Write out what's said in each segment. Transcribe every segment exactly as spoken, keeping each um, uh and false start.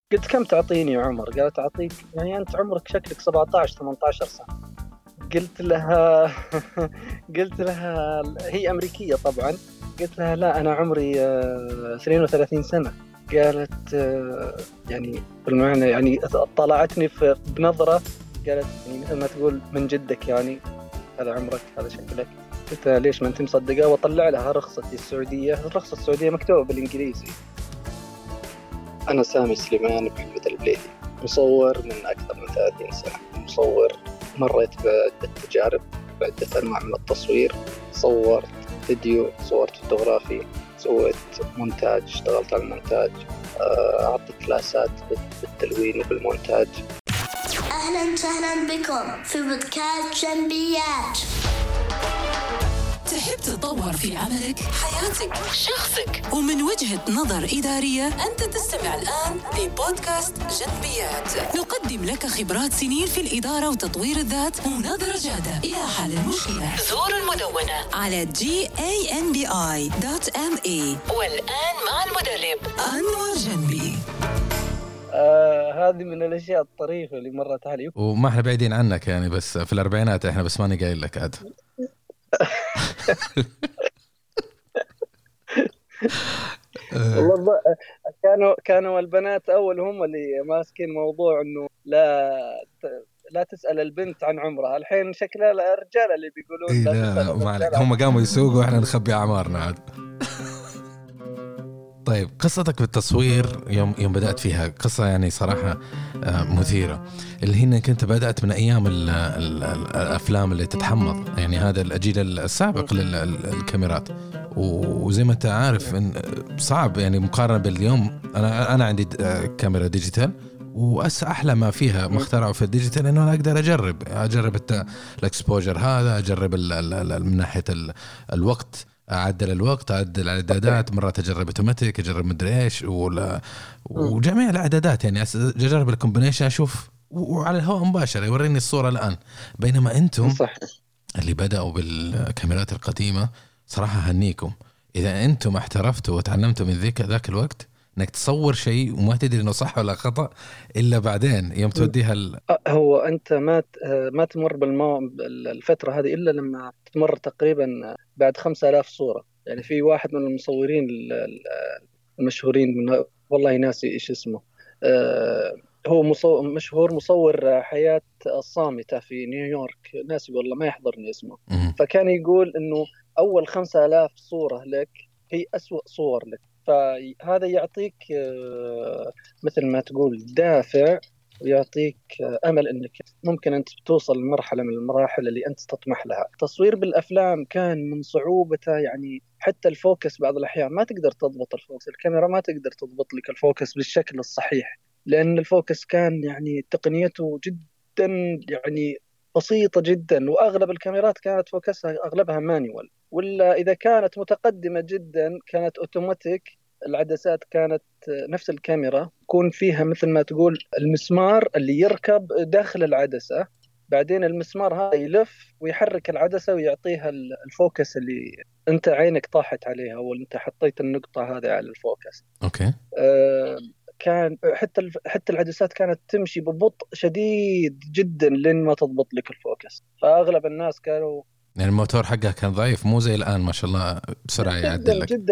قلت كم تعطيني عمر؟ قالت أعطيك يعني أنت عمرك شكلك سبعة عشر ثمانية عشر سنة. قلت لها قلت لها هي أمريكية طبعا. قلت لها لا أنا عمري اثنين وثلاثين سنة. قالت يعني بالمعنى يعني طلعتني في بنظرة، قالت يعني مثل ما تقول من جدك يعني هذا عمرك هذا شكلك. قلت لها ليش ما أنت مصدقة؟ وطلع لها رخصتي السعودية. الرخصة السعودية مكتوبة بالإنجليزي. أنا سامي سليمان محمد البليدي، مصور من أكثر من ثلاثين سنة. مصور مريت بعدة تجارب بعدة أنواع من التصوير. صورت فيديو، صورت فوتوغرافي، سويت مونتاج، اشتغلت على المونتاج، أعطي كلاسات بالتلوين وبالمونتاج. أهلا وسهلا بكم في بودكاست جنبيات. تحب تتطور في عملك، حياتك، شخصك، ومن وجهة نظر إدارية؟ أنت تستمع الآن لبودكاست جنبيات. نقدم لك خبرات سنين في الإدارة وتطوير الذات ونظرة جادة إلى حل المشكلة. زور المدونة على جي إيه إن بي آي دوت إم إيه. والآن مع المدرب أنور جنبي. آه هذه من الأشياء الطريفة اللي مرت علي. وما احنا بعيدين عنك يعني، بس في الأربعينات احنا، بس ماني قايل لك عاد. والله كانوا كانوا البنات أول هم اللي ماسكين موضوع إنه لا لا تسأل البنت عن عمرها. الحين شكلها الرجال اللي بيقولون إيه لا, لا تسأل ما عليك، الرجال. هم قاموا يسوقوا واحنا نخبي أعمارنا عاد. طيب قصتك بالتصوير يوم يوم بدأت فيها قصة يعني صراحة مثيرة، اللي هي انك انت بدأت من ايام ال ال الافلام اللي تتحمض، يعني هذا الجيل السابق للكاميرات. وزي ما انت عارف ان صعب يعني مقارنة باليوم. انا انا عندي كاميرا ديجيتال، وأس أحلى ما فيها ما اخترعوا في الديجيتال إنه أنا أقدر أجرب أجرب الإكسبوجر هذا، أجرب من ناحية الوقت، أعدل الوقت، أعدل الإعدادات، مرات أجرب أوتوماتيك، أجرب مدري إيش، ولا وجميع الإعدادات يعني أجرب الكومبينيشن أشوف، وعلى الهواء مباشرة يوريني الصورة الآن. بينما أنتم صح. اللي بدأوا بالكاميرات القديمة صراحة هنيكم إذا أنتم احترفتوا وتعلمتوا من ذيك ذاك الوقت إنك تصور شيء وما تدري إنه صح ولا خطأ إلا بعدين يوم توديها ال... هو أنت ما ما تمر بالمو... الفترة هذه إلا لما تمر تقريبا بعد خمسة آلاف صورة. يعني في واحد من المصورين المشهورين من والله ناسي إيش اسمه، هو مصور مشهور مصور حياة الصامتة في نيويورك، ناسي والله ما يحضرني اسمه. فكان يقول إنه أول خمسة آلاف صورة لك هي أسوأ صور لك. فهذا يعطيك مثل ما تقول دافع، ويعطيك أمل أنك ممكن أنت توصل لمرحلة من المراحل اللي أنت تطمح لها. تصوير بالأفلام كان من صعوبته يعني حتى الفوكس بعض الأحيان ما تقدر تضبط الفوكس، الكاميرا ما تقدر تضبط لك الفوكس بالشكل الصحيح، لأن الفوكس كان يعني تقنيته جدا يعني بسيطة جدا، وأغلب الكاميرات كانت فوكسها أغلبها مانيوال، ولا إذا كانت متقدمة جدا كانت أوتوماتيك. العدسات كانت نفس الكاميرا يكون فيها مثل ما تقول المسمار اللي يركب داخل العدسة، بعدين المسمار هذا يلف ويحرك العدسة ويعطيها الفوكس اللي أنت عينك طاحت عليها وأنت حطيت النقطة هذه على الفوكس. أوكي. آه كان حتى حتى العدسات كانت تمشي ببطء شديد جدا لين ما تضبط لك الفوكس، فأغلب الناس كانوا يعني الموتور حقها كان ضعيف مو زي الآن ما شاء الله بسرعة يعدل لك جدا.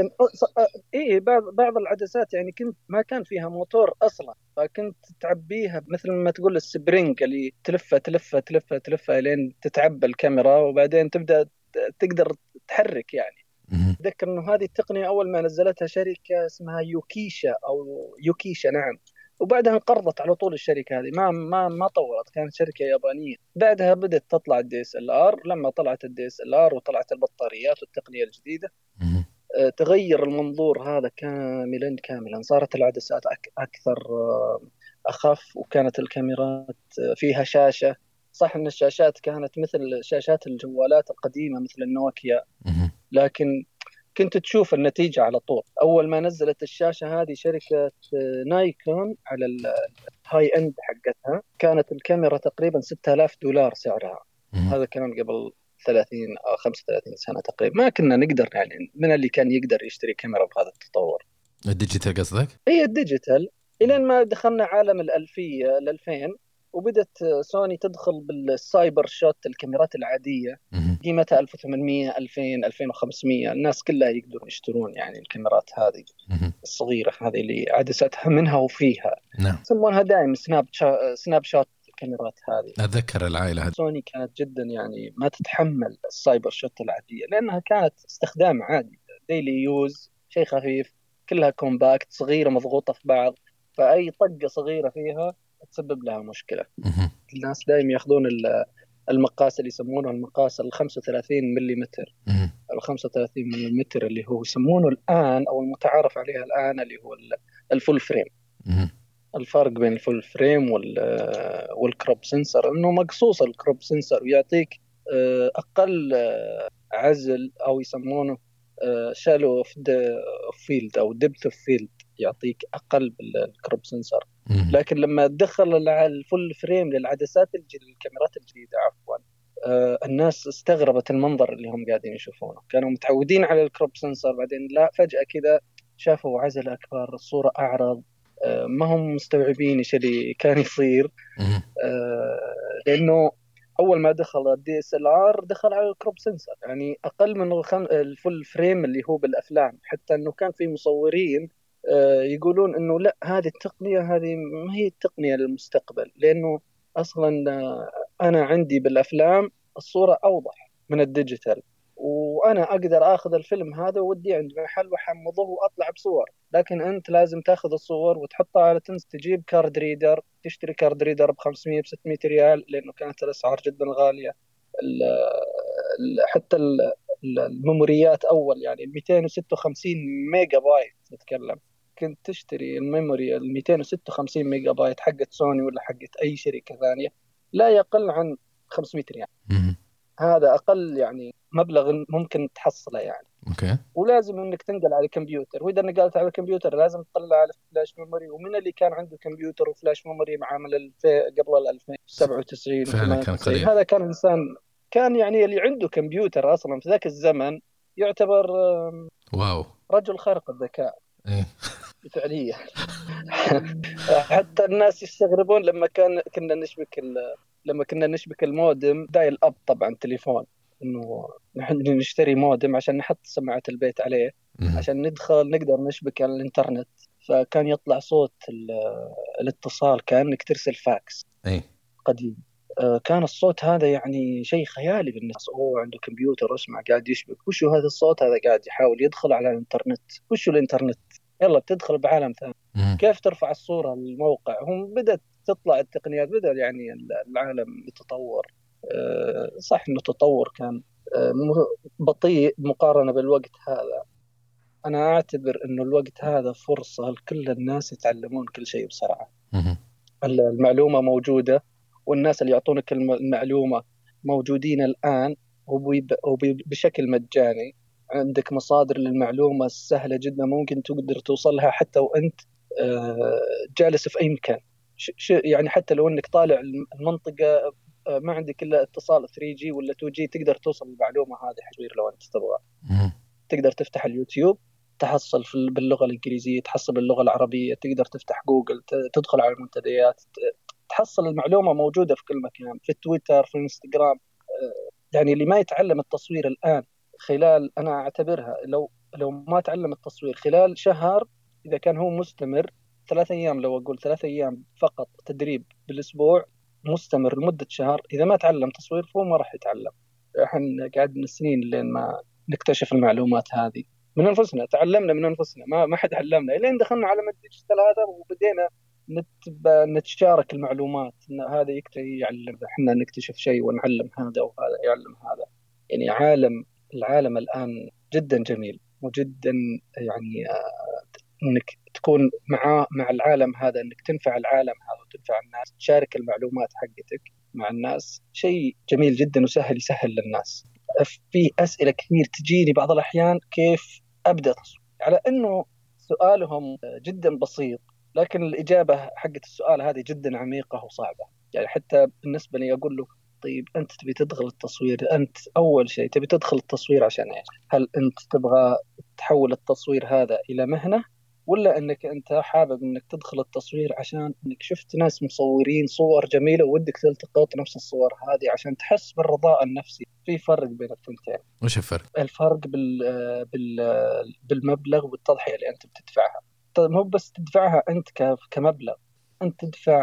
إيه بعض بعض العدسات يعني كنت ما كان فيها موتور أصلا، فكنت تعبيها مثل ما تقول السبرينج اللي تلفه تلفه تلفه تلفه لين تتعبى الكاميرا وبعدين تبدأ تقدر تحرك يعني. أتذكر إنه هذه التقنية أول ما نزلتها شركة اسمها يوكيشا أو يوكيشا نعم، وبعدها انقرضت على طول الشركة هذه، ما ما ما طورت، كانت شركة يابانية. بعدها بدأت تطلع الدي اس ال ار، لما طلعت الدي اس ال ار وطلعت البطاريات والتقنية الجديدة أه تغير المنظور هذا كاملا كاملا. صارت العدسات أك أكثر أه أخف، وكانت الكاميرات فيها شاشة. صح إن الشاشات كانت مثل شاشات الجوالات القديمة مثل النوكيا، لكن كنت تشوف النتيجة على طول. أول ما نزلت الشاشة هذه شركة نايكون على الهاي اند حقتها، كانت الكاميرا تقريبا ستة آلاف دولار سعرها. هذا كان قبل ثلاثين أو خمسة وثلاثين سنة تقريبا. ما كنا نقدر يعني، من اللي كان يقدر يشتري كاميرا بهذا التطور. الديجيتال قصدك؟ هي الديجيتال إلى ما دخلنا عالم الألفية الألفين، وبدت سوني تدخل بالسايبر شوت، الكاميرات العادية قيمتها ألف وثمانمية ألفين ألفين وخمسمية، الناس كلها يقدرون يشترون يعني الكاميرات هذه الصغيرة هذه اللي عدستها منها وفيها. نعم. يسمونها دائما سناب شا... سناب شوت الكاميرات هذه. أتذكر العائلة هذه. سوني كانت جدا يعني ما تتحمل السايبر شوت العادية، لأنها كانت استخدام عادي ديلي يوز، شيء خفيف، كلها كومباكت صغيرة مضغوطة في بعض، فأي طقة صغيرة فيها تسبب لها مشكلة. الناس دائما يأخذون المقاس اللي يسمونه المقاس ال خمسة وثلاثين مليمتر، ال خمسة وثلاثين مليمتر اللي هو يسمونه الآن أو المتعارف عليها الآن اللي هو الفول فريم. الفرق بين الفول فريم والكروب سنسر إنه مقصوص الكروب سنسر ويعطيك أقل عزل، أو يسمونه شالو اوف فيلد او ديبث اوف فيلد، يعطيك اقل بالكروب سنسر. لكن لما تدخل الفول فريم للعدسات الكاميرات الجديده عفوا آه الناس استغربت المنظر اللي هم قاعدين يشوفونه. كانوا متعودين على الكروب سنسر، بعدين لا فجأة كذا شافوا عزل اكبر، الصورة اعرض، آه ما هم مستوعبين ايش اللي كان يصير. آه لانه أول ما دخل الدي اس ال ار دخل على الكروب سنسر، يعني أقل من الخم... الفول فريم اللي هو بالأفلام. حتى أنه كان في مصورين يقولون أنه لا، هذه التقنية هذه ما هي التقنية للمستقبل، لأنه أصلا أنا عندي بالأفلام الصورة أوضح من الديجيتال، وأنا أقدر أخذ الفيلم هذا ووديه عند محل وحمضه وأطلع بصور، لكن أنت لازم تأخذ الصور وتحطها على تنس، تجيب كارد ريدر، تشتري كارد ريدر بخمسمية بستمية ريال، لأنه كانت الأسعار جدا غالية. ال ال حتى ال الميموريات أول يعني مئتين وستة وخمسين ميجا بايت نتكلم، كنت تشتري الميموري ال مئتين وستة وخمسين ميجا بايت حقت سوني ولا حقت أي شركة ثانية لا يقل عن خمسمية ريال. هذا أقل يعني مبلغ ممكن تحصله يعني. أوكي. ولازم إنك تنقل على الكمبيوتر، وإذا نقلت على الكمبيوتر لازم تطلع على فلاش ميموري. ومن اللي كان عنده كمبيوتر وفلاش ميموري معامل الفي قبل ال ألفين وسبعة وتسعين فعلا كان قليل. هذا كان إنسان، كان يعني اللي عنده كمبيوتر أصلا في ذاك الزمن يعتبر واو رجل خارق الذكاء. إيه. فعليا. حتى الناس يستغربون لما كان كنا نشبك لما كنا نشبك المودم دايل اب، طبعا تليفون، انه نحن نشتري مودم عشان نحط سماعة البيت عليه عشان ندخل نقدر نشبك على الانترنت، فكان يطلع صوت الاتصال كأنك ترسل فاكس أي. قديم. كان الصوت هذا يعني شيء خيالي بالناس. اوه عنده كمبيوتر اسمع قاعد يشبك، وشو هذا الصوت هذا قاعد يحاول يدخل على الانترنت، وشو الانترنت، يلا بتدخل بعالم ثاني. كيف ترفع الصورة للموقع؟ هم بدأت تطلع التقنيات، بدأ يعني العالم يتطور. صح انه تطور كان بطيء مقارنة بالوقت هذا. انا اعتبر انه الوقت هذا فرصة لكل الناس يتعلمون كل شيء بسرعة. المعلومة موجودة، والناس اللي يعطونك المعلومة موجودين الآن وبشكل مجاني. عندك مصادر للمعلومة سهلة جدا، ممكن تقدر توصلها حتى وأنت جالس في أي مكان. يعني حتى لو أنك طالع المنطقة ما عندك إلا اتصال ثري جي ولا تو جي تقدر توصل المعلومة هذه حجوير. لو أنت تبغى تقدر تفتح اليوتيوب تحصل باللغة الإنجليزية، تحصل باللغة العربية، تقدر تفتح جوجل تدخل على المنتديات تحصل المعلومة موجودة في كل مكان، في تويتر، في الانستغرام. يعني اللي ما يتعلم التصوير الآن خلال، أنا أعتبرها لو لو ما تعلم التصوير خلال شهر، إذا كان هو مستمر ثلاث أيام، لو أقول ثلاث أيام فقط تدريب بالأسبوع مستمر لمدة شهر، إذا ما تعلم تصوير فهو ما راح يتعلم. إحنا قعدنا سنين لين ما نكتشف المعلومات هذه من أنفسنا، تعلمنا من أنفسنا، ما ما حد علمنا إلين دخلنا على الديجيتال هذا وبدينا نتشارك المعلومات. إن هذا يكتفي يعلم، إحنا نكتشف شيء ونعلم هذا وهذا يعلم هذا. يعني عالم العالم الآن جدا جميل وجدا يعني إنك تكون مع مع العالم هذا، إنك تنفع العالم هذا وتنفع الناس، تشارك المعلومات حقتك مع الناس، شيء جميل جدا وسهل يسهل للناس. في أسئلة كثير تجيني بعض الأحيان كيف أبدأ تصوير، على إنه سؤالهم جدا بسيط لكن الإجابة حقت السؤال هذه جدا عميقة وصعبة. يعني حتى بالنسبة لي أقول له طيب أنت تبي تدخل التصوير، أنت أول شيء تبي تدخل التصوير عشان إيش؟ هل أنت تبغى تحول التصوير هذا إلى مهنة ولا انك انت حابب انك تدخل التصوير عشان انك شفت ناس مصورين صور جميلة وودك تلتقط نفس الصور هذه عشان تحس بالرضاء النفسي؟ في فرق بين الثنتين. وش الفرق؟ الفرق بال بال بالمبلغ والتضحية اللي انت بتدفعها. مو بس تدفعها انت كمبلغ، انت تدفع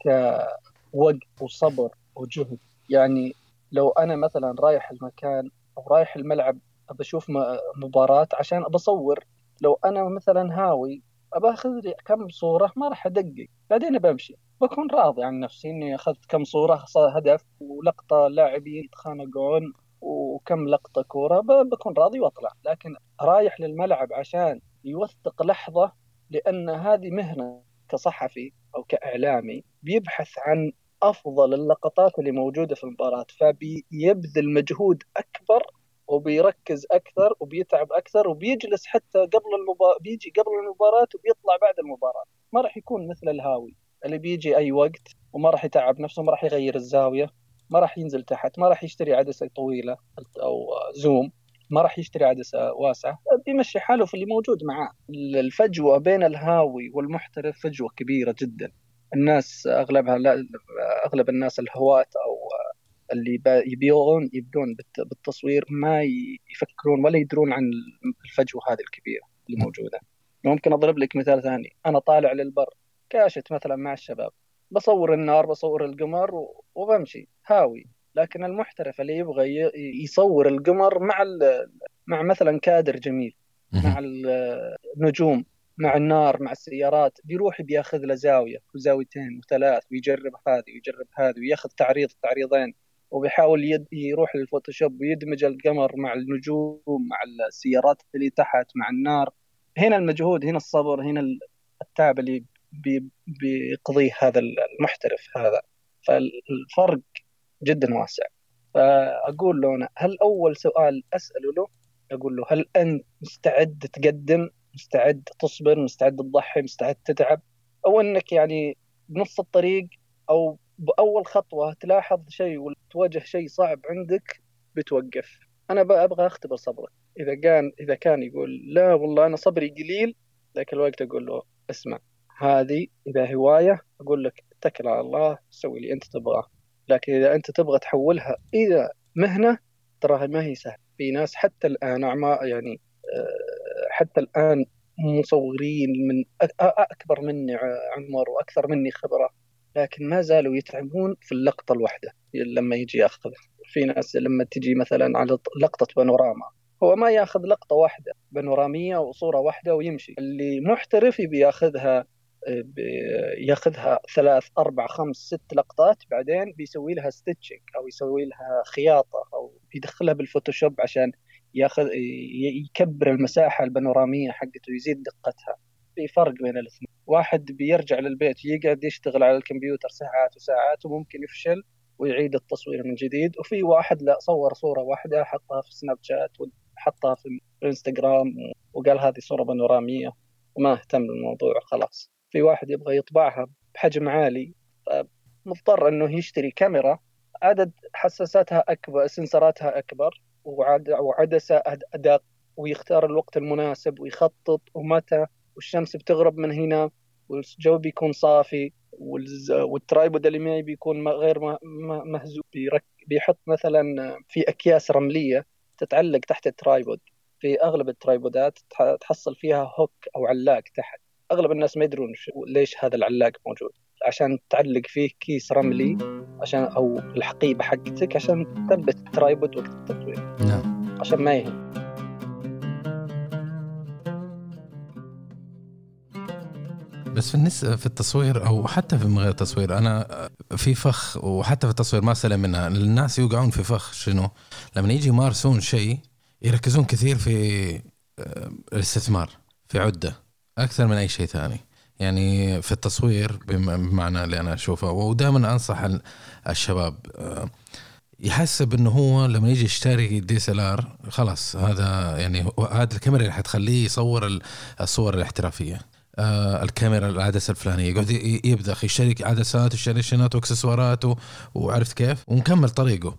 كوقت وصبر وجهد. يعني لو انا مثلا رايح المكان او رايح الملعب ابى اشوف مباراة عشان ابى اصور، لو انا مثلا هاوي ابى اخذ لي كم صورة ما راح ادقق، بعدين بمشي بكون راضي عن نفسي اني اخذت كم صورة هدف ولقطة لاعبين يتخانقون وكم لقطة كورة، بكون راضي واطلع. لكن رايح للملعب عشان يوثق لحظة، لأن هذه مهنة كصحفي أو كإعلامي بيبحث عن أفضل اللقطات اللي موجودة في المباراة، فبيبذل مجهود أكبر وبيركز أكثر وبيتعب أكثر وبيجلس حتى قبل المباراة، بيجي قبل المباراة وبيطلع بعد المباراة. ما راح يكون مثل الهاوي اللي بيجي أي وقت وما راح يتعب نفسه، ما راح يغير الزاوية، ما راح ينزل تحت، ما راح يشتري عدسة طويلة أو زوم، ما راح يشتري عدسة واسعة، بيمشي حاله في اللي موجود معاه. الفجوة بين الهاوي والمحترف فجوة كبيرة جدا. الناس أغلبها لا أغلب الناس الهواة أو اللي يبيعون يبدون بالتصوير ما يفكرون ولا يدرون عن الفجوة هذه الكبيرة اللي موجودة. ممكن أضرب لك مثال ثاني. أنا طالع للبر كاشت مثلا مع الشباب، بصور النار بصور القمر وبمشي هاوي. لكن المحترف اللي يبغى يصور القمر مع مع مثلا كادر جميل، مع النجوم، مع النار، مع السيارات، بيروح بياخذ له زاوية وزاويتين وثلاث ويجرب هذه ويجرب هذه وياخذ تعريض تعريضين، وبيحاول يد يروح للفوتوشوب ويدمج القمر مع النجوم مع السيارات اللي تحت مع النار. هنا المجهود، هنا الصبر، هنا التعب اللي بيقضيه هذا المحترف هذا. فالفرق جدا واسع. فأقول له أنا، هل أول سؤال أسأله له أقول له هل أنت مستعد تقدم، مستعد تصبر، مستعد تضحي، مستعد تتعب، أو أنك يعني بنص الطريق أو بأول خطوة تلاحظ شيء وتواجه شيء صعب عندك بتوقف. أنا بقى أبغى أختبر صبرك. إذا كان إذا كان يقول لا والله أنا صبري قليل، ذاك الوقت أقول له اسمع، هذه إذا هواية أقول لك اتكل على الله، سوي اللي أنت تبغاه. لكن إذا أنت تبغى تحولها إلى مهنة، تراها ما هي سهل. في ناس حتى الآن أعمار يعني حتى الآن مصورين من أكبر مني عمر وأكثر مني خبرة، لكن ما زالوا يتعبون في اللقطة الواحدة لما يجي يأخذها. في ناس لما تجي مثلا على لقطة بانوراما، هو ما يأخذ لقطة واحدة بانورامية وصورة واحدة ويمشي. اللي محترف بياخذها بياخذها ثلاث أربع خمس ست لقطات، بعدين بيسوي لها ستيتشنج أو يسوي لها خياطة أو يدخلها بالفوتوشوب عشان ياخذ يكبر المساحة البانورامية حقته ويزيد دقتها. في فرق بين الاثنين. واحد بيرجع للبيت يقعد يشتغل على الكمبيوتر ساعات وساعات وممكن يفشل ويعيد التصوير من جديد، وفي واحد لا صور صورة واحدة حطها في سناب شات وحطها في الانستغرام وقال هذه صورة بانورامية وما اهتم بالموضوع خلاص. في واحد يبغى يطبعها بحجم عالي، مضطر انه يشتري كاميرا عدد حساساتها اكبر، سنسراتها اكبر، وعدسة ادق، ويختار الوقت المناسب ويخطط ومتى، والشمس بتغرب من هنا والجو بيكون صافي، والترايبود اللي معي بيكون غير مهزوم. بيحط مثلا في اكياس رملية تتعلق تحت الترايبود. في اغلب الترايبودات تحصل فيها هوك او علاق تحت. اغلب الناس ما يدرون ليش هذا العلاق موجود، عشان تعلق فيه كيس رملي عشان او الحقيبة حقتك عشان تثبت الترايبود وقت التصوير. نعم. عشان ما يهم. بس في النسبة في التصوير أو حتى في غير التصوير، أنا في فخ، وحتى في التصوير ما سلم منها. الناس يوقعون في فخ شنو؟ لما يجي يمارسون شيء يركزون كثير في الاستثمار في عدة أكثر من أي شيء ثاني. يعني في التصوير بمعنى اللي أنا أشوفه، ودائما أنصح الشباب يحسب إنه هو لما يجي يشتري دي إس إل آر خلاص هذا يعني هذا الكاميرا اللي حتخليه يصور الصور الاحترافية. آه الكاميرا العدسة الفلانية، يقعد يبدأ يشتري عدسات ويشتري شنات واكسسوارات وعرفت كيف، ومكمل طريقه.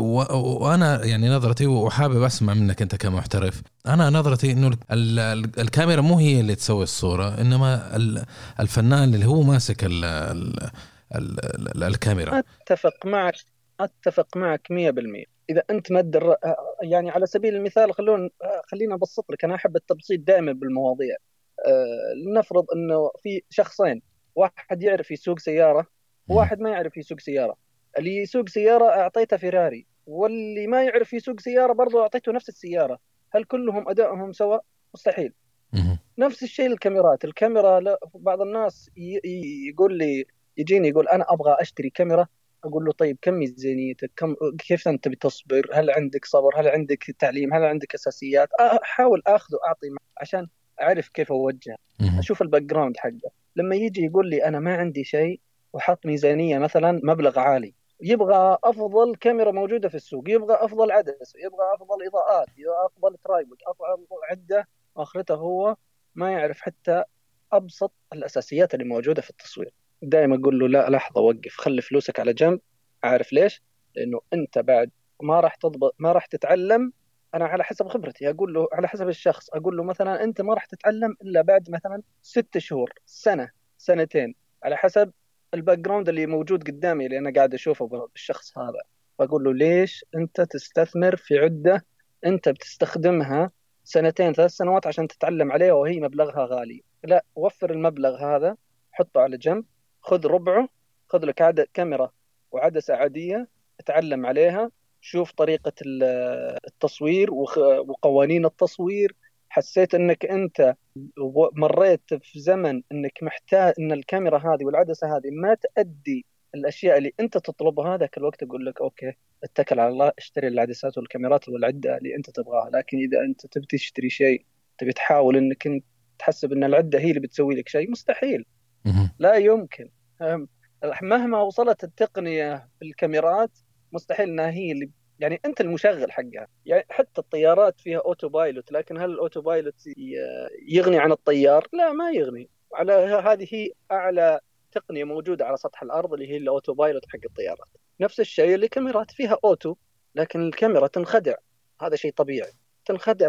وأنا يعني نظرتي، وحابب أسمع منك أنت كمحترف، أنا نظرتي إنه الكاميرا مو هي اللي تسوي الصورة، إنما الفنان اللي هو ماسك ال ال ال الكاميرا. أتفق معك أتفق معك مية بالمية. إذا أنت مدر يعني على سبيل المثال، خلون خلينا أبسط لك، أنا أحب التبسيط دائما بالمواضيع. أه لنفرض أنه في شخصين، واحد يعرف يسوق سيارة وواحد ما يعرف يسوق سيارة. اللي يسوق سيارة أعطيته فيراري، واللي ما يعرف يسوق سيارة برضو أعطيته نفس السيارة. هل كلهم أدائهم سواء؟ مستحيل. نفس الشيء الكاميرات. الكاميرا بعض الناس يقول لي، يجيني يقول أنا أبغى أشتري كاميرا، أقول له طيب كم ميزانيتك؟ كم كيف أنت بتصبر؟ هل عندك صبر؟ هل عندك تعليم؟ هل عندك أساسيات؟ أحاول أخذه أعطي عشان أعرف كيف أوجه، أشوف الباك جراوند حقه. لما يجي يقول لي أنا ما عندي شيء وحط ميزانية مثلا مبلغ عالي، يبغى أفضل كاميرا موجودة في السوق، يبغى أفضل عدسة، يبغى أفضل إضاءات، يبغى أفضل ترايبود، أفضل عدة، آخرته هو ما يعرف حتى أبسط الأساسيات اللي موجودة في التصوير. دائما أقول له لا، لحظة، وقف، خلي فلوسك على جنب. عارف ليش؟ لأنه أنت بعد ما راح تضبط، ما راح تتعلم. أنا على حسب خبرتي أقول له، على حسب الشخص أقول له مثلا أنت ما راح تتعلم إلا بعد مثلا ست شهور، سنة، سنتين، على حسب الباك جراوند اللي موجود قدامي اللي أنا قاعد أشوفه بالشخص هذا. فأقول له ليش أنت تستثمر في عدة أنت بتستخدمها سنتين ثلاث سنوات عشان تتعلم عليها وهي مبلغها غالي؟ لا، وفر المبلغ هذا، حطه على جنب، خذ ربعه، خذ لك عدد كاميرا وعدسة عادية، اتعلم عليها، شوف طريقة التصوير وقوانين التصوير. حسيت انك انت مريت في زمن انك محتاج ان الكاميرا هذه والعدسة هذه ما تأدي الاشياء اللي انت تطلبها، هذاك الوقت اقول لك اوكي، اتكل على الله، اشتري العدسات والكاميرات والعدة اللي انت تبغاها. لكن اذا انت تبي تشتري شيء، تبي تحاول انك انت تحسب ان العدة هي اللي بتسوي لك شيء، مستحيل، لا يمكن. مهما وصلت التقنية في الكاميرات، مستحيل انها هي اللي، يعني انت المشغل حقها. يعني حتى الطيارات فيها اوتو بايلوت، لكن هل الاوتو بايلوت يغني عن الطيار؟ لا، ما يغني. على هذه هي اعلى تقنية موجودة على سطح الارض، اللي هي الاوتو بايلوت حق الطيارات. نفس الشيء اللي كاميرات فيها اوتو، لكن الكاميرا تنخدع، هذا شيء طبيعي. تنخدع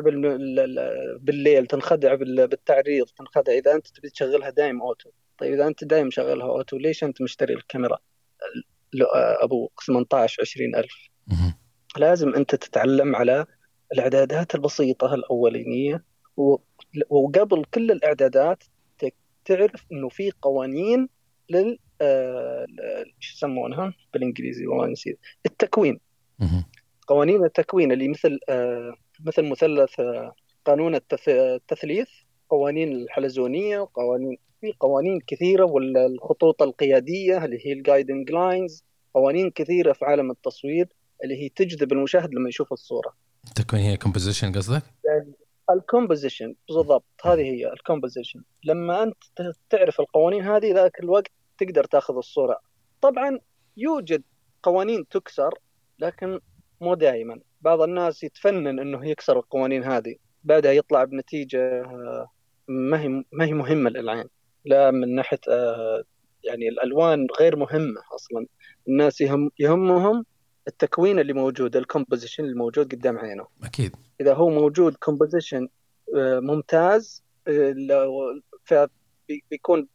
بالليل، تنخدع بالتعريض، تنخدع اذا انت تبي تشغلها دائم اوتو. طيب إذا أنت دائما شغلها أوتو، ليش أنت مشتري الكاميرا أبو ثمانية عشر عشرين ألف؟ لازم أنت تتعلم على الإعدادات البسيطة الأولينية، وقبل كل الإعدادات تعرف إنه في قوانين لل شو يسمونها بالإنجليزي والله نسيت، التكوين. قوانين التكوين اللي مثل مثل مثلث قانون التثليث، قوانين الحلزونية، وقوانين في قوانين كثيرة، والخطوط القيادية اللي هي الجايدنج لاينز، قوانين كثيرة في عالم التصوير اللي هي تجذب المشاهد لما يشوف الصورة. التكوين هي كومبوزيشن قصدك؟ الكومبوزيشن بالضبط، هذه هي الكومبوزيشن. لما أنت تعرف القوانين هذه، ذاك الوقت تقدر تأخذ الصورة. طبعا يوجد قوانين تكسر، لكن مو دائما. بعض الناس يتفنن أنه يكسر القوانين هذه، بعدها يطلع بنتيجة ما هي ما هي مهمة للعين، لا من ناحية آه يعني الألوان غير مهمة أصلا. الناس يهم يهمهم التكوين اللي موجود، الكومبوزيشن اللي موجود قدام عينه. أكيد إذا هو موجود كومبوزيشن آه ممتاز، آه فبيكون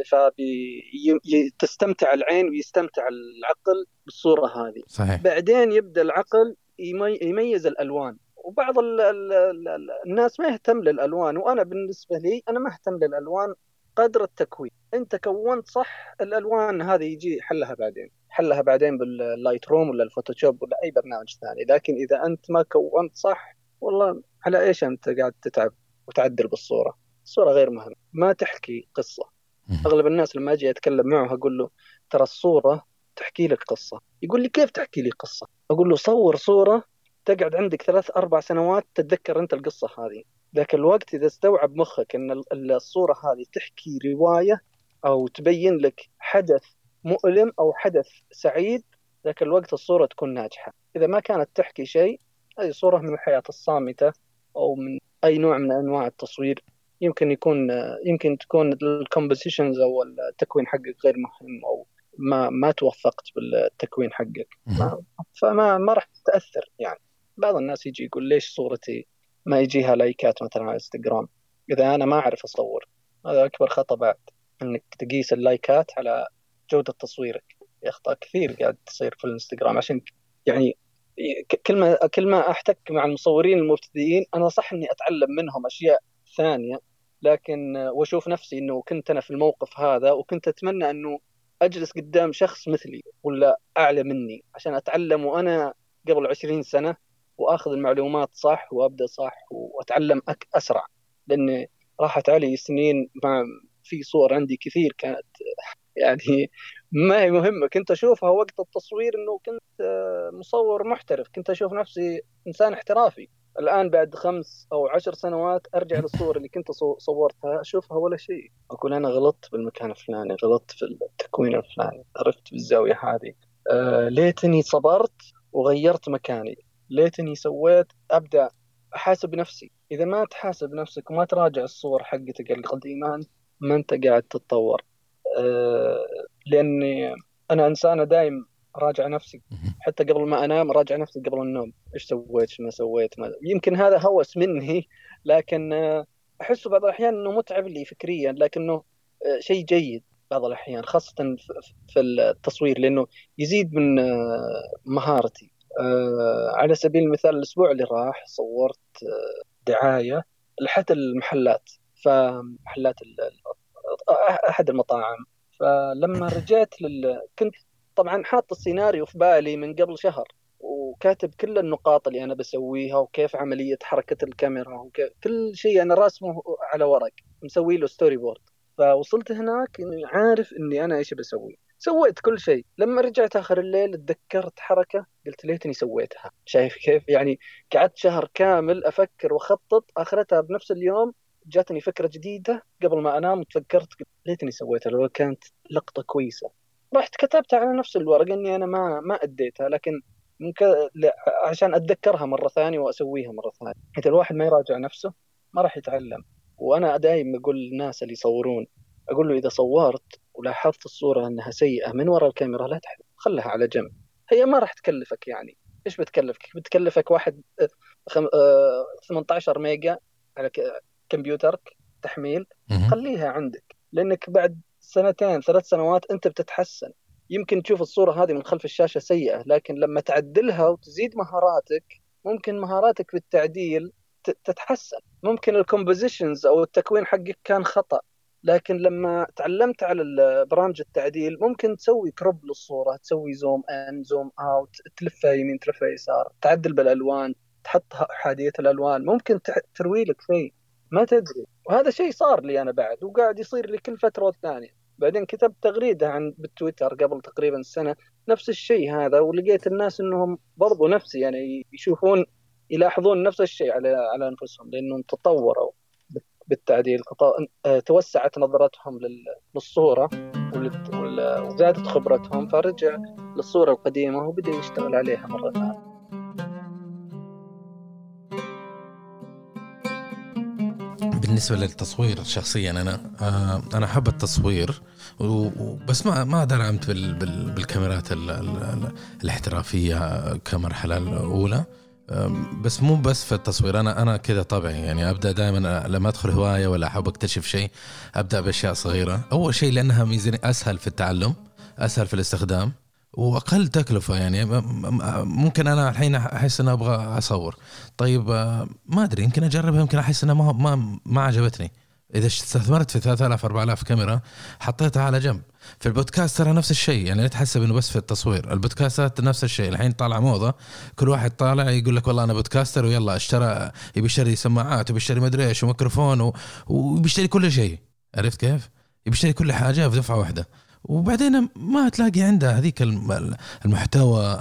فبي تستمتع العين ويستمتع العقل بالصورة هذه. صحيح. بعدين يبدأ العقل يميز الألوان. وبعض ال ال ال الناس ما يهتم للألوان، وأنا بالنسبة لي أنا ما أهتم للألوان قدر التكوين. أنت كونت صح، الألوان هذه يجي حلها بعدين، حلها بعدين باللايت روم ولا الفوتوشوب ولا أي برنامج ثاني. لكن إذا أنت ما كونت صح، والله على إيش أنت قاعد تتعب وتعدل بالصورة؟ الصورة غير مهمة، ما تحكي قصة. أغلب الناس لما أجي أتكلم معه أقول له ترى الصورة تحكي لك قصة. يقول لي كيف تحكي لي قصة؟ أقول له صور صورة تقعد عندك ثلاث أربع سنوات تتذكر أنت القصة هذه. ذاك الوقت إذا استوعب مخك أن الصورة هذه تحكي رواية أو تبين لك حدث مؤلم أو حدث سعيد، ذاك الوقت الصورة تكون ناجحة. إذا ما كانت تحكي شيء، هذه صورة من الحياة الصامتة أو من أي نوع من أنواع التصوير يمكن يكون يمكن تكون الكومبوزيشنز أو التكوين حقك غير مهم، أو ما ما توفقت بالتكوين حقك، ما فما ما راح تتأثر. يعني بعض الناس يجي يقول ليش صورتي ما يجيها لايكات مثلا على انستغرام إذا أنا ما أعرف أصور. هذا أكبر خطأ بعد، إنك تقيس اللايكات على جودة تصويرك. أخطاء كثير قاعد تصير في الانستغرام. عشان يعني كل ما كل ما أحتك مع المصورين المبتدئين، أنا صح إني أتعلم منهم أشياء ثانية، لكن وأشوف نفسي إنه كنت أنا في الموقف هذا، وكنت أتمنى إنه أجلس قدام شخص مثلي ولا أعلى مني عشان أتعلم وأنا قبل عشرين سنة، وأخذ المعلومات صح وأبدأ صح وأتعلم أسرع. لأن راحت علي سنين مع في صور عندي كثير كانت يعني ما هي مهمة، كنت أشوفها وقت التصوير إنه كنت مصور محترف، كنت أشوف نفسي إنسان احترافي. الآن بعد خمس أو عشر سنوات أرجع للصور اللي كنت صورتها أشوفها ولا شيء، أقول أنا غلطت بالمكان الفلاني، غلطت في التكوين الفلاني، عرفت بالزاوية هذه، آه ليتني صبرت وغيرت مكاني، ليتني سويت. أبدأ أحاسب نفسي. إذا ما تحاسب نفسك وما تراجع الصور حقتك القديمة، ما أنت قاعد تتطور. أه لأني أنا إنسانة دائم راجع نفسي، حتى قبل ما أنام راجع نفسي قبل النوم، إيش سويت إيش ما سويت. ما يمكن هذا هوس مني، لكن أحسه بعض الأحيان إنه متعب لي فكريا، لكنه شيء جيد بعض الأحيان، خاصة في التصوير، لأنه يزيد من مهارتي. أه على سبيل المثال الأسبوع اللي راح صورت دعاية لحتى المحلات، فمحلات أحد المطاعم. فلما رجعت لل... كنت طبعا حاط السيناريو في بالي من قبل شهر، وكاتب كل النقاط اللي أنا بسويها وكيف عملية حركة الكاميرا وكيف كل شيء أنا راسمه على ورق، مسوي له ستوري بورد. فوصلت هناك إني عارف إني أنا إيش بسوي، سويت كل شيء. لما رجعت آخر الليل تذكرت حركة قلت ليتني سويتها. شايف كيف يعني قعدت شهر كامل أفكر وخطط، آخرتها بنفس اليوم جاتني فكرة جديدة قبل ما أنام، وتفكرت ليتني سويتها لو كانت لقطة كويسة. رحت كتبتها على نفس الورقة إني أنا ما ما أديتها، لكن ممكن عشان أتذكرها مرة ثانية وأسويها مرة ثانية. إذا الواحد ما يراجع نفسه ما راح يتعلم. وأنا دائما أقول للناس اللي يصورون، أقول له إذا صورت ولاحظت الصورة أنها سيئة من وراء الكاميرا لا تحب، خلها على جنب، هي ما راح تكلفك. يعني إيش بتكلفك؟ بتكلفك واحد ثمانية عشر ميجا على كمبيوترك تحميل، خليها عندك، لأنك بعد سنتين ثلاث سنوات أنت بتتحسن. يمكن تشوف الصورة هذه من خلف الشاشة سيئة، لكن لما تعدلها وتزيد مهاراتك ممكن مهاراتك بالتعديل تتحسن. ممكن الكومبوزيشنز أو التكوين حقك كان خطأ، لكن لما تعلمت على برامج التعديل ممكن تسوي كروب للصورة، تسوي زوم ان زوم اوت، تلفها يمين تلفها يسار، تعدل بالألوان، تحط حادية الألوان، ممكن تروي لك شيء ما تدري. وهذا شيء صار لي أنا بعد، وقاعد يصير لي كل فترة والثانية. بعدين كتبت تغريدة عن بالتويتر قبل تقريبا سنة نفس الشيء هذا، ولقيت الناس إنهم برضو نفسي يعني يشوفون يلاحظون نفس الشيء على على أنفسهم، لأنهم تطوروا بالتعديل، توسعت نظرتهم للصورة وزادت خبرتهم، فرجع للصورة القديمة وبدأ يشتغل عليها مرة ثانية. بالنسبة للتصوير شخصيا أنا آه أنا أحب التصوير، بس ما ما درعمت بال بال بالكاميرات ال ال الاحترافية كمرحلة الأولى. بس مو بس في التصوير، أنا أنا كذا طبعي يعني أبدأ دائما لما أدخل هواية ولا أحب أكتشف شيء أبدأ بأشياء صغيرة. أول شيء لأنها ميزانية أسهل في التعلم، أسهل في الاستخدام، وأقل تكلفة. يعني ممكن أنا الحين أحس أن أبغى أصور، طيب ما أدري يمكن أجربها، يمكن أحس أنها ما ما ما عجبتني. إذا استثمرت في ثلاثة آلاف أربعة آلاف كاميرا حطيتها على جنب. في البودكاست ترى نفس الشيء، يعني لا تحسب إنه بس في التصوير، البودكاستات نفس الشيء. الحين طالع موضة، كل واحد طالع يقول لك والله أنا بودكاستر، ويلا اشترى يبي يشتري سماعات وبيشتري مدري إيش وميكروفون وبيشتري كل شيء. عرفت كيف؟ يبيشتري كل حاجة في دفعة واحدة، وبعدين ما تلاقي عنده هذيك المحتوى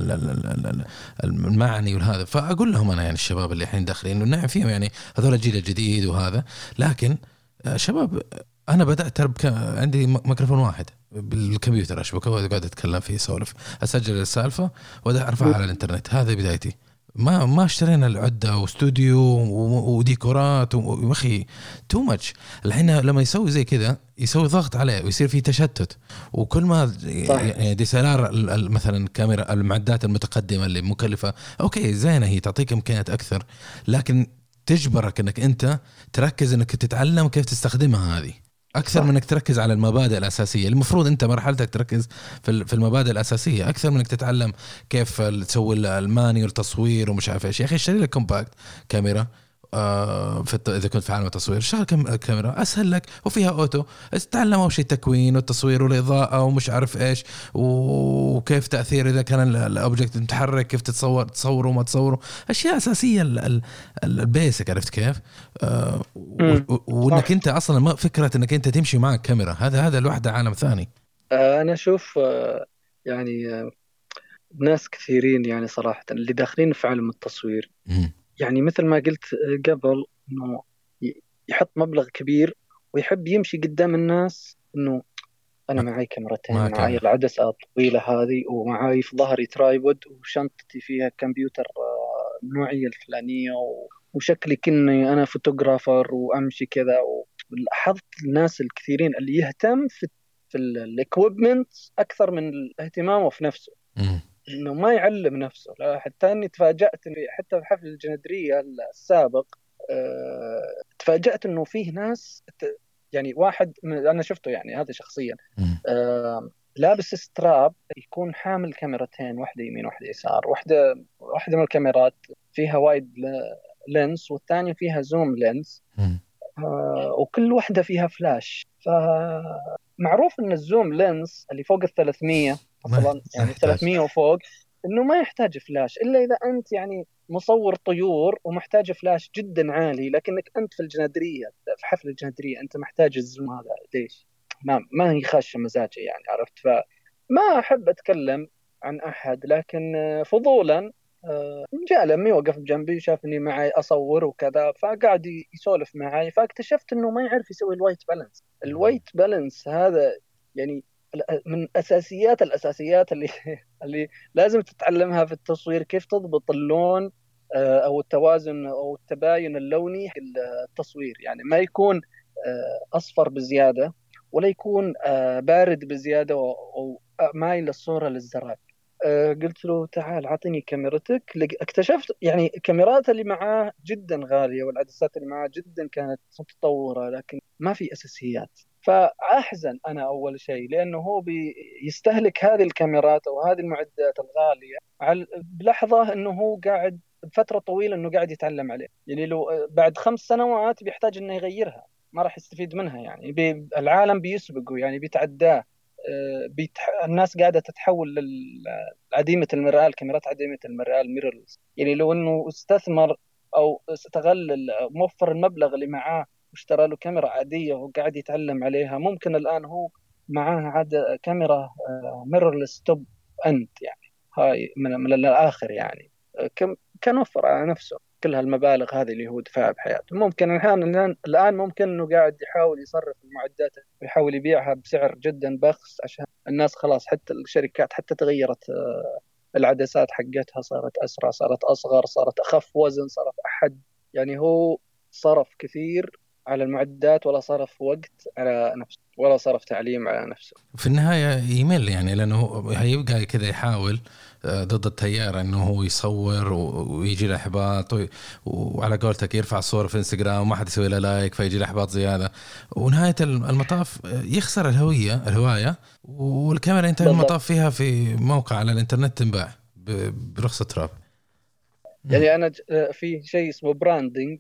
المعني وهذا. فأقول لهم أنا يعني الشباب اللي الحين داخلين إنه نعم فيهم يعني هذول الجيل الجديد وهذا، لكن شباب أنا بدأت أربك عندي ميكروفون واحد بالكمبيوتر أشبكه وقاعد أتكلم فيه، سولف، أسجل السالفة وأرفعها على الإنترنت. هذا بدايتي. ما ما اشترينا العدة واستوديو وديكورات ومخي تو ماتش. الحين لما يسوي زي كذا يسوي ضغط عليه ويصير فيه تشتت. وكل ما يعني دي إس إل آر مثلا كاميرا المعدات المتقدمة اللي مكلفة اوكي زينة هي تعطيك امكانيات اكثر، لكن تجبرك انك انت تركز انك تتعلم كيف تستخدمها هذه اكثر من انك تركز على المبادئ الاساسيه. المفروض انت مرحلتك تركز في المبادئ الاساسيه اكثر من انك تتعلم كيف تسوي الماني والتصوير ومش عارف ايش. يا اخي اشتري لك كومباكت كاميرا آه في الت... اذا كنت في عالم التصوير شغل كاميرا اسهل لك وفيها اوتو، تتعلم اول شيء التكوين والتصوير والاضاءه ومش عارف ايش وكيف تاثير اذا كان الاوبجكت متحرك كيف تتصور تصوره وما تصوره، اشياء اساسيه البيسك عرفت كيف آه و... وانك انت اصلا ما فكره انك انت تمشي معك كاميرا هذا هذا لوحده عالم ثاني. آه انا اشوف آه يعني آه ناس كثيرين يعني صراحه اللي داخلين في عالم التصوير م. يعني مثل ما قلت قبل انه يحط مبلغ كبير ويحب يمشي قدام الناس انه انا معي كاميرتين، معي العدسة الطويلة هذه ومعي في ظهري ترايبود وشنطتي فيها كمبيوتر النوعية الفلانية وشكلي كني انا فوتوغرافر وامشي كذا. ولاحظت الناس الكثيرين اللي يهتم في في الاكويبمنت اكثر من اهتمامه في نفسه م. انه ما يعلم نفسه. لا حتى اني تفاجأت حتى في حفل الجندرية السابق أه... تفاجأت انه فيه ناس يعني واحد انا شفته يعني هذا شخصيا أه... لابس ستراب يكون حامل كاميرتين واحدة يمين واحدة يسار، واحدة واحدة من الكاميرات فيها وايد لينس والثانية فيها زوم لينس أه... وكل واحدة فيها فلاش. فمعروف ان الزوم لينس اللي فوق الثلاثمية مثلا يعني ثلاثمية وفوق انه ما يحتاج فلاش الا اذا انت يعني مصور طيور ومحتاج فلاش جدا عالي، لكنك انت في الجنادريه في حفل الجنادريه انت محتاج الزوم هذا ليش؟ ما ما هي خاشه مزاجي يعني عرفت. فما احب اتكلم عن احد لكن فضولا جاء لما يوقف بجنبي وشاف اني معي اصور وكذا فقاعد يسولف معي فاكتشفت انه ما يعرف يسوي الوايت بالانس. الوايت بالانس هذا يعني من أساسيات الأساسيات اللي اللي لازم تتعلمها في التصوير، كيف تضبط اللون أو التوازن أو التباين اللوني في التصوير. يعني ما يكون أصفر بزيادة ولا يكون بارد بزيادة أو مايل الصورة للزرق. قلت له تعال عطيني كاميرتك. اكتشفت يعني الكاميرات اللي معاه جدا غالية والعدسات اللي معاه جدا كانت متطورة لكن ما في أساسيات. فأحزن أنا أول شيء لأنه هو بيستهلك هذه الكاميرات أو هذه المعدات الغالية على بلحظة أنه هو قاعد بفترة طويلة أنه قاعد يتعلم عليه. يعني لو بعد خمس سنوات بيحتاج أنه يغيرها ما راح يستفيد منها. يعني بي العالم بيسبقه يعني بيتعداه. بيتح... الناس قاعدة تتحول لعديمة المرآة، الكاميرات عديمة المرآة الميرورلس. يعني لو أنه استثمر أو استغل موفر المبلغ اللي معاه واشترى له كاميرا عادية وقاعد يتعلم عليها ممكن الآن هو معاه عاد كاميرا ميرورلس توب أند يعني هاي من, من الآخر يعني كم كان وفر على نفسه كل هالمبالغ هذه اللي هو دفعها بحياته. ممكن الآن الآن ممكن إنه قاعد يحاول يصرف المعدات ويحاول يبيعها بسعر جدا بخس عشان الناس خلاص حتى الشركات حتى تغيرت العدسات حقتها صارت أسرع صارت أصغر صارت أخف وزن صارت أحد. يعني هو صرف كثير على المعدات ولا صرف وقت على نفسه ولا صرف تعليم على نفسه. في النهاية يمل يعني لأنه هيبقى كذا يحاول ضد التيار انه هو يصور ويجي له احباط وعلى قولتك يرفع صورة في انستغرام وما حد يسوي له لايك فيجي له احباط زيادة ونهاية المطاف يخسر الهوية الهواية والكاميرا انتهى المطاف فيها في موقع على الانترنت تنباع برخص تراب. يعني انا في شيء اسمه براندنج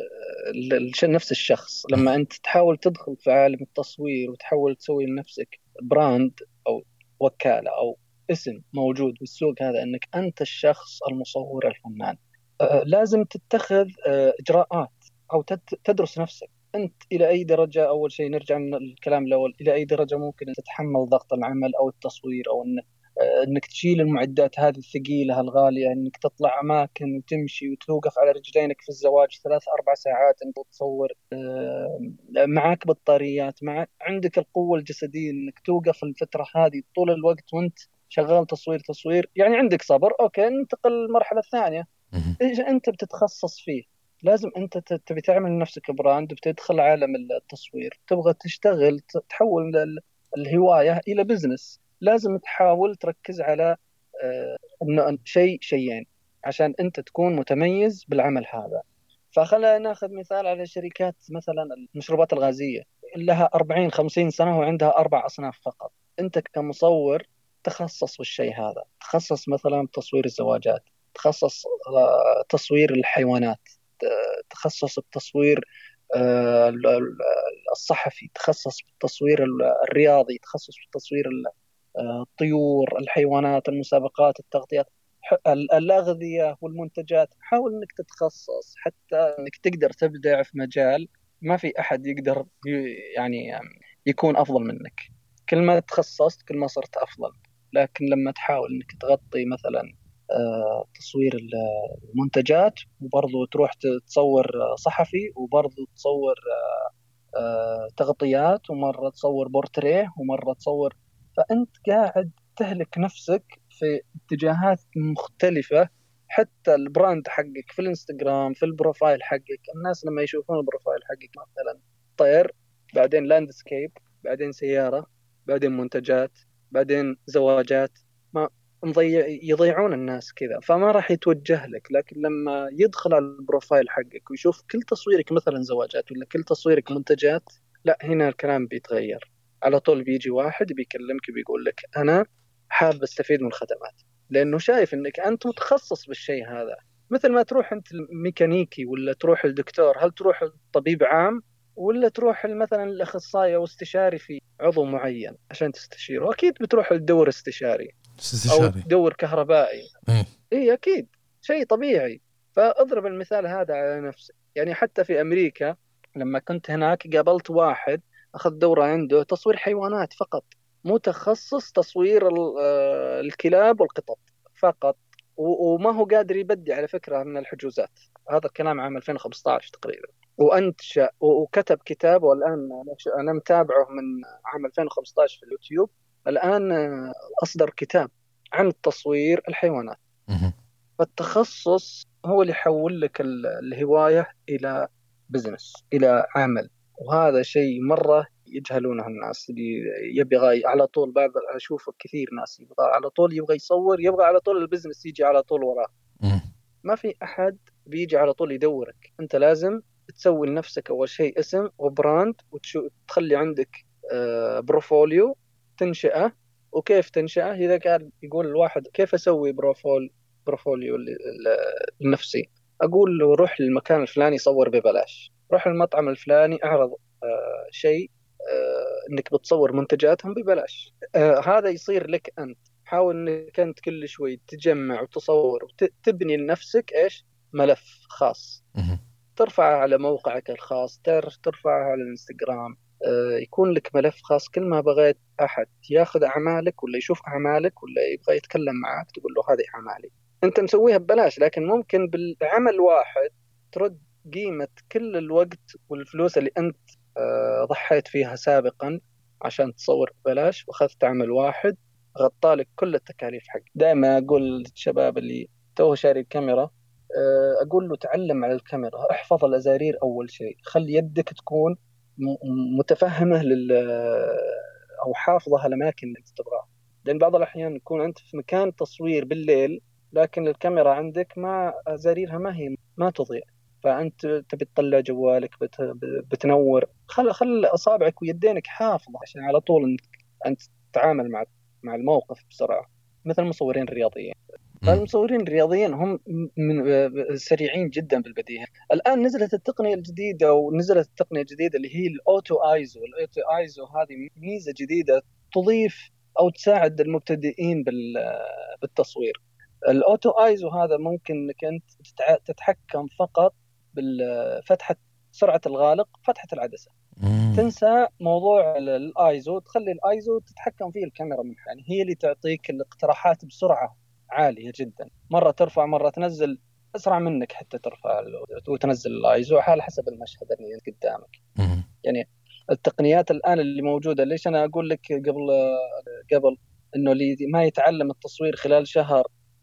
نفس الشخص لما انت تحاول تدخل في عالم التصوير وتحاول تسوي لنفسك براند او وكالة او اسم موجود بالسوق هذا انك انت الشخص المصور الفنان آه لازم تتخذ آه اجراءات او تدرس نفسك انت الى اي درجه. اول شيء نرجع من الكلام الاول الى اي درجه ممكن تتحمل ضغط العمل او التصوير او انك آه انك تشيل المعدات هذه الثقيله الغاليه انك تطلع اماكن وتمشي وتوقف على رجلينك في الزواج ثلاث اربع ساعات انت تصور آه معك بطاريات معك عندك القوه الجسديه انك توقف الفتره هذه طول الوقت وانت شغال تصوير تصوير. يعني عندك صبر اوكي ننتقل للمرحله الثانيه إيش أنت بتتخصص فيه. لازم أنت تبي تعمل لنفسك براند، بتدخل عالم التصوير، تبغى تشتغل تحول الهواية إلى بزنس، لازم تحاول تركز على آه، إنه شيء شيئين عشان أنت تكون متميز بالعمل هذا. فخلينا ناخذ مثال على شركات مثلا المشروبات الغازية، لها أربعين خمسين سنة وعندها أربع أصناف فقط. أنت كمصور تخصص بالشيء هذا، تخصص مثلا تصوير الزواجات، تخصص آه، تصوير الحيوانات، تخصص التصوير آه، الصحفي، تخصص بالتصوير الرياضي، تخصص بالتصوير الطيور، الحيوانات، المسابقات، التغطيات، الأغذية والمنتجات. حاول أنك تتخصص حتى أنك تقدر تبدع في مجال ما في أحد يقدر يعني يكون أفضل منك. كل ما تخصصت كل ما صرت أفضل. لكن لما تحاول أنك تغطي مثلا تصوير المنتجات وبرضو تروح تصور صحفي وبرضو تصور تغطيات ومرة تصور بورتريه ومرة تصور، فأنت قاعد تهلك نفسك في اتجاهات مختلفة. حتى البراند حقك في الانستغرام في البروفايل حقك، الناس لما يشوفون البروفايل حقك مثلا طير، بعدين لاندسكيب، بعدين سيارة، بعدين منتجات، بعدين زواجات، ما مضيع يضيعون الناس كذا، فما راح يتوجه لك. لكن لما يدخل على البروفايل حقك ويشوف كل تصويرك مثلا زواجات ولا كل تصويرك منتجات، لا هنا الكلام بيتغير. على طول بيجي واحد بيكلمك بيقول لك أنا حاب استفيد من الخدمات، لأنه شايف أنك أنت متخصص بالشيء هذا. مثل ما تروح أنت الميكانيكي ولا تروح الدكتور، هل تروح الطبيب عام ولا تروح مثلا الأخصائي أو استشاري في عضو معين عشان تستشيره؟ أكيد بتروح الدور استشاري أو تدور كهربائي. إيه. إيه أكيد شيء طبيعي. فأضرب المثال هذا على نفسي. يعني حتى في أمريكا لما كنت هناك قابلت واحد أخذ دورة عنده تصوير حيوانات فقط، متخصص تصوير الكلاب والقطط فقط، وما هو قادر يبدي على فكرة من الحجوزات. هذا الكلام عام ألفين وخمسة عشر تقريبا، وأنشأ وكتب كتاب، والآن أنا متابعه من عام ألفين وخمسة عشر في اليوتيوب. الآن أصدر كتاب عن التصوير الحيوانات. فالتخصص هو اللي يحول لك الهواية إلى بزنس، إلى عمل. وهذا شيء مرة يجهلونه الناس، اللي يبغى على طول. بعض أشوف كثير ناس يبغى على طول يبغى يصور، يبغى على طول البزنس يجي على طول وراه. ما في أحد بيجي على طول يدورك. أنت لازم تسوي لنفسك أول شيء اسم وبراند، وتخلي عندك بروفوليو تنشئه. وكيف تنشئه؟ إذا كان يقول الواحد كيف أسوي بروفول بروفوليو لنفسي، أقول له روح للمكان الفلاني صور ببلاش، روح المطعم الفلاني اعرض آه شيء آه انك بتصور منتجاتهم ببلاش. آه هذا يصير لك أنت. حاول انك انت كل شوي تجمع وتصور وتبني لنفسك ايش ملف خاص، ترفعه على موقعك الخاص، ترفعه على الانستغرام، آه يكون لك ملف خاص. كل ما بغيت أحد ياخذ أعمالك ولا يشوف أعمالك ولا يبغى يتكلم معك تقول له هذه أعمالي، أنت مسويها ببلاش. لكن ممكن بالعمل واحد ترد قيمة كل الوقت والفلوس اللي أنت آه ضحيت فيها سابقا عشان تصور ببلاش، وأخذت عمل واحد غطالك كل التكاليف حق. دائما أقول للشباب اللي توه شاري الكاميرا، أقول له تعلم على الكاميرا، احفظ الأزارير أول شيء، خلي يدك تكون متفهمة لل أو حافظها الأماكن اللي تبغاها. لأن بعض الأحيان يكون أنت في مكان تصوير بالليل لكن الكاميرا عندك ما أزاريرها ما هي ما تضيع، فأنت تبي تطلع جوالك بتنور، خل خل أصابعك ويدينك حافظة عشان على طول أنت أنت تتعامل مع مع الموقف بسرعة. مثل المصورين الرياضيين، فالمصورين الرياضيين هم من سريعين جدا بالبديهة. الآن نزلت التقنية الجديدة ونزلت التقنية الجديدة اللي هي الأوتو آيزو. الأوتو آيزو هذه ميزة جديدة تضيف أو تساعد المبتدئين بالتصوير. الأوتو آيزو هذا ممكن أنك أنت تتحكم فقط بالفتحة، سرعة الغالق، فتحة العدسة. تنسى موضوع الآيزو، تخلي الآيزو تتحكم فيه الكاميرا من يعني هي اللي تعطيك الاقتراحات بسرعة عالية جدا. مرة ترفع مرة تنزل أسرع منك، حتى ترفع وتنزل الآيزو على حسب المشهد اللي قدامك. يعني التقنيات الآن اللي موجودة، ليش أنا أقول لك قبل قبل إنه اللي ما يتعلم التصوير خلال شهر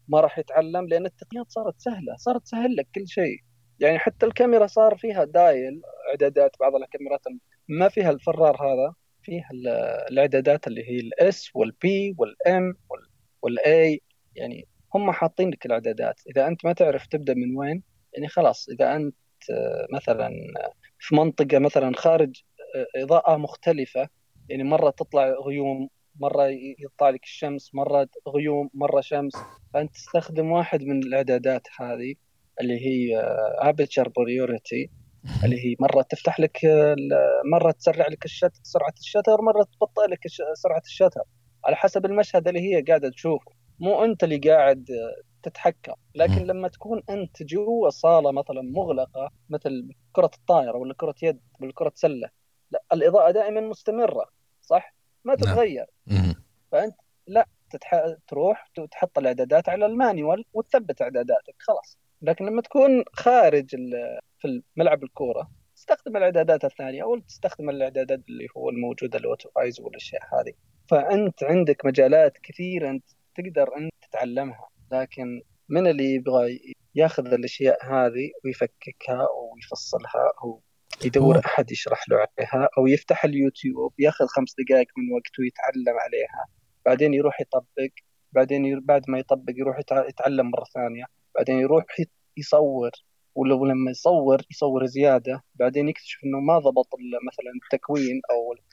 ما راح يتعلم، لأن التقنيات صارت سهلة، صارت تسهل لك كل شيء. يعني حتى الكاميرا صار فيها دايل إعدادات، بعض الكاميرات ما فيها الفرار هذا، فيها ال- الإعدادات اللي هي الاس والبي والام والاي. يعني هم حاطين لك الإعدادات، إذا أنت ما تعرف تبدأ من وين، يعني خلاص. إذا أنت آه، مثلا في منطقة مثلا خارج آه، إضاءة مختلفة، يعني مرة تطلع غيوم، مرة يطلع لك الشمس، مرة غيوم، مرة شمس، فأنت تستخدم واحد من الإعدادات هذه اللي هي ابيتشر بريوريتي، اللي هي مرة تفتح لك ال- مرة تسرع لك الشت سرعة الشتر، مرة تبطئ لك الش- سرعة الشتر، على حسب المشهد اللي هي قاعدة تشوفه. مو أنت اللي قاعد تتحكم. لكن لما تكون أنت جوا صالة مثلا مغلقة، مثل كرة الطائرة ولا كرة يد ولا كرة سلة، لا، الإضاءة دائما مستمرة، صح؟ ما نعم. تتغير. مهم. فأنت لا تتح... تروح تحط الإعدادات على المانيوال وتثبت إعداداتك خلاص. لكن لما تكون خارج ال... في ملعب الكورة، تستخدم الإعدادات الثانية، أو تستخدم الإعدادات اللي هو الموجودة الأوتو آيز والأشياء هذه. فأنت عندك مجالات كثيرة أنت تقدر أنت تتعلمها. لكن من اللي يبغى ياخذ الأشياء هذه ويفككها ويفصلها، أو يدور هو أحد يشرح له عليها، أو يفتح اليوتيوب ياخذ خمس دقائق من وقته ويتعلم عليها، بعدين يروح يطبق، بعدين ير... بعد ما يطبق يروح يتع... يتعلم مرة ثانية، بعدين يروح ي- يصور، ولو لما يصور يصور زيادة، بعدين يكتشف إنه ما ضبط ال- مثلا التكوين أو ال-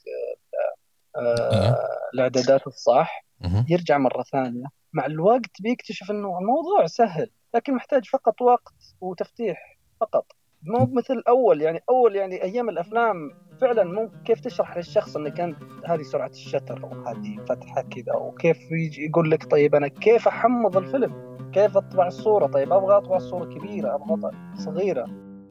إيه. آه، الإعدادات الصح، مهم. يرجع مرة ثانية. مع الوقت بيكتشف إنه الموضوع سهل، لكن محتاج فقط وقت وتفتيح فقط. مو مثل أول، يعني أول يعني أيام الأفلام فعلا مو كيف تشرح للشخص إن كانت هذه سرعة الشتر وهذه فتحة كذا، وكيف يجي يقول لك طيب أنا كيف أحمض الفيلم، كيف أطبع الصورة، طيب أبغى أطبع الصورة كبيرة، أبغى أطبع صغيرة.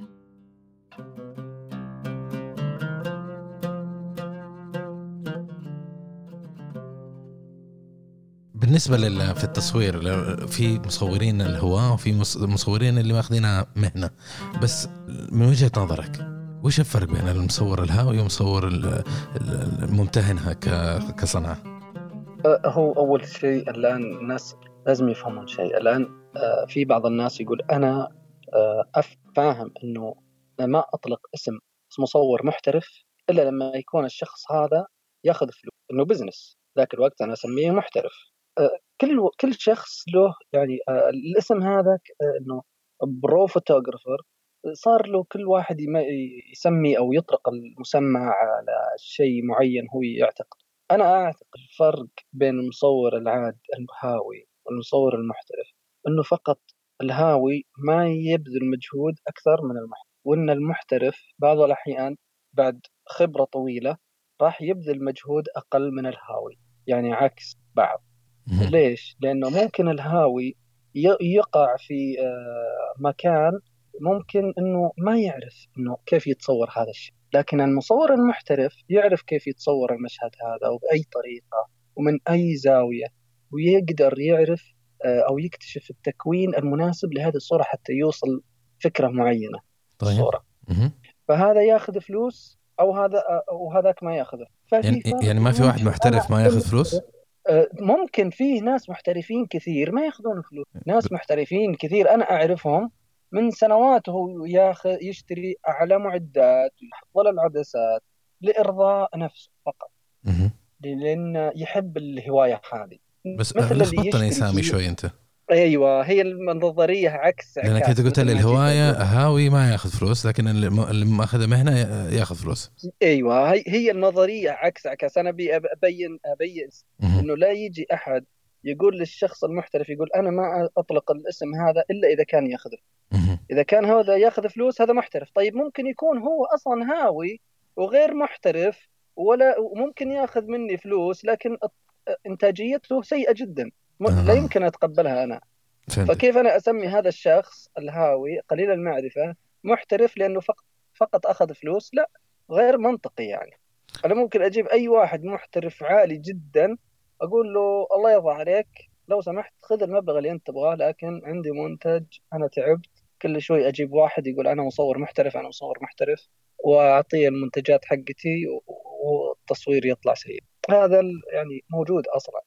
بالنسبة لل في التصوير، ل- في مصورين الهواة وفي مص- مصورين اللي ماخذينها مهنة، بس من وجهة نظرك وش الفرق بين المصور الهاوي ومصور ال- ال- الممتهنها ك- كصنعة؟ أه، هو أول شيء الآن الناس لازم يفهمون شيء الآن. أه، في بعض الناس يقول أنا أه، أف- فاهم إنه ما أطلق اسم مصور محترف إلا لما يكون الشخص هذا ياخذ فلوس، إنه بزنس، ذاك الوقت أنا أسميه محترف. أه، كل كل شخص له يعني أه، الاسم هذا ك- أه، إنه برو فوتوغرافر، صار له كل واحد يم- يسمي أو يطلق المسمى على شيء معين هو يعتقد. أنا أعتقد الفرق بين المصور العاد الهاوي والمصور المحترف إنه فقط الهاوي ما يبذل مجهود أكثر من المحترف، وإن المحترف بعض الأحيان بعد خبرة طويلة راح يبذل مجهود أقل من الهاوي، يعني عكس بعض. مهم. ليش؟ لأنه ممكن الهاوي ي- يقع في آه، مكان ممكن إنه ما يعرف إنه كيف يتصور هذا الشيء، لكن المصور المحترف يعرف كيف يتصور المشهد هذا وبأي طريقة ومن أي زاوية، ويقدر يعرف آه، أو يكتشف التكوين المناسب لهذه الصورة حتى يوصل فكرة معينة في طيب. الصورة. مهم. فهذا ياخذ فلوس، أو هذا أو هذاك ما ياخذ. يعني ففي فرق. يعني ما في واحد ممكن أنا محترف ما ياخذ فلوس؟ آه، ممكن فيه ناس محترفين كثير ما ياخذون فلوس، ب- ناس محترفين كثير أنا أعرفهم من سنوات هو ياخذ يشتري أعلى معدات ويحفظ العدسات لإرضاء نفسه فقط، مهم. لأن يحب الهواية هذه. بس مثل اللي لخبطني يشتري سامي شيء. شوي أنت، أيوة، هي النظرية عكس لأنك أنت عكاس قلت مثل لي ما جيت الهواية أقول. هاوي ما ياخذ فلوس، لكن اللي م- اللي ماخذه مهنة ي- ياخذ فلوس. ايوه، هي هي النظريه عكس عكس. انا ابي ابين ابين مهم. انه لا يجي احد يقول للشخص المحترف يقول انا ما اطلق الاسم هذا الا اذا كان ياخذ. مهم. اذا كان هذا ياخذ فلوس هذا محترف. طيب ممكن يكون هو اصلا هاوي وغير محترف، ولا وممكن ياخذ مني فلوس لكن انتاجيته سيئه جدا، م- لا آه. يمكن اتقبلها انا. فهمت. فكيف انا اسمي هذا الشخص الهاوي قليل المعرفه محترف لانه فقط فقط اخذ فلوس؟ لا، غير منطقي. يعني أنا ممكن أجيب أي واحد محترف عالي جدا أقول له الله يرضى عليك لو سمحت خذ المبلغ اللي أنت تبغاه، لكن عندي منتج أنا تعبت. كل شوي أجيب واحد يقول أنا مصور محترف أنا مصور محترف وأعطيه المنتجات حقتي والتصوير يطلع سيء. هذا ال- يعني موجود أصلا.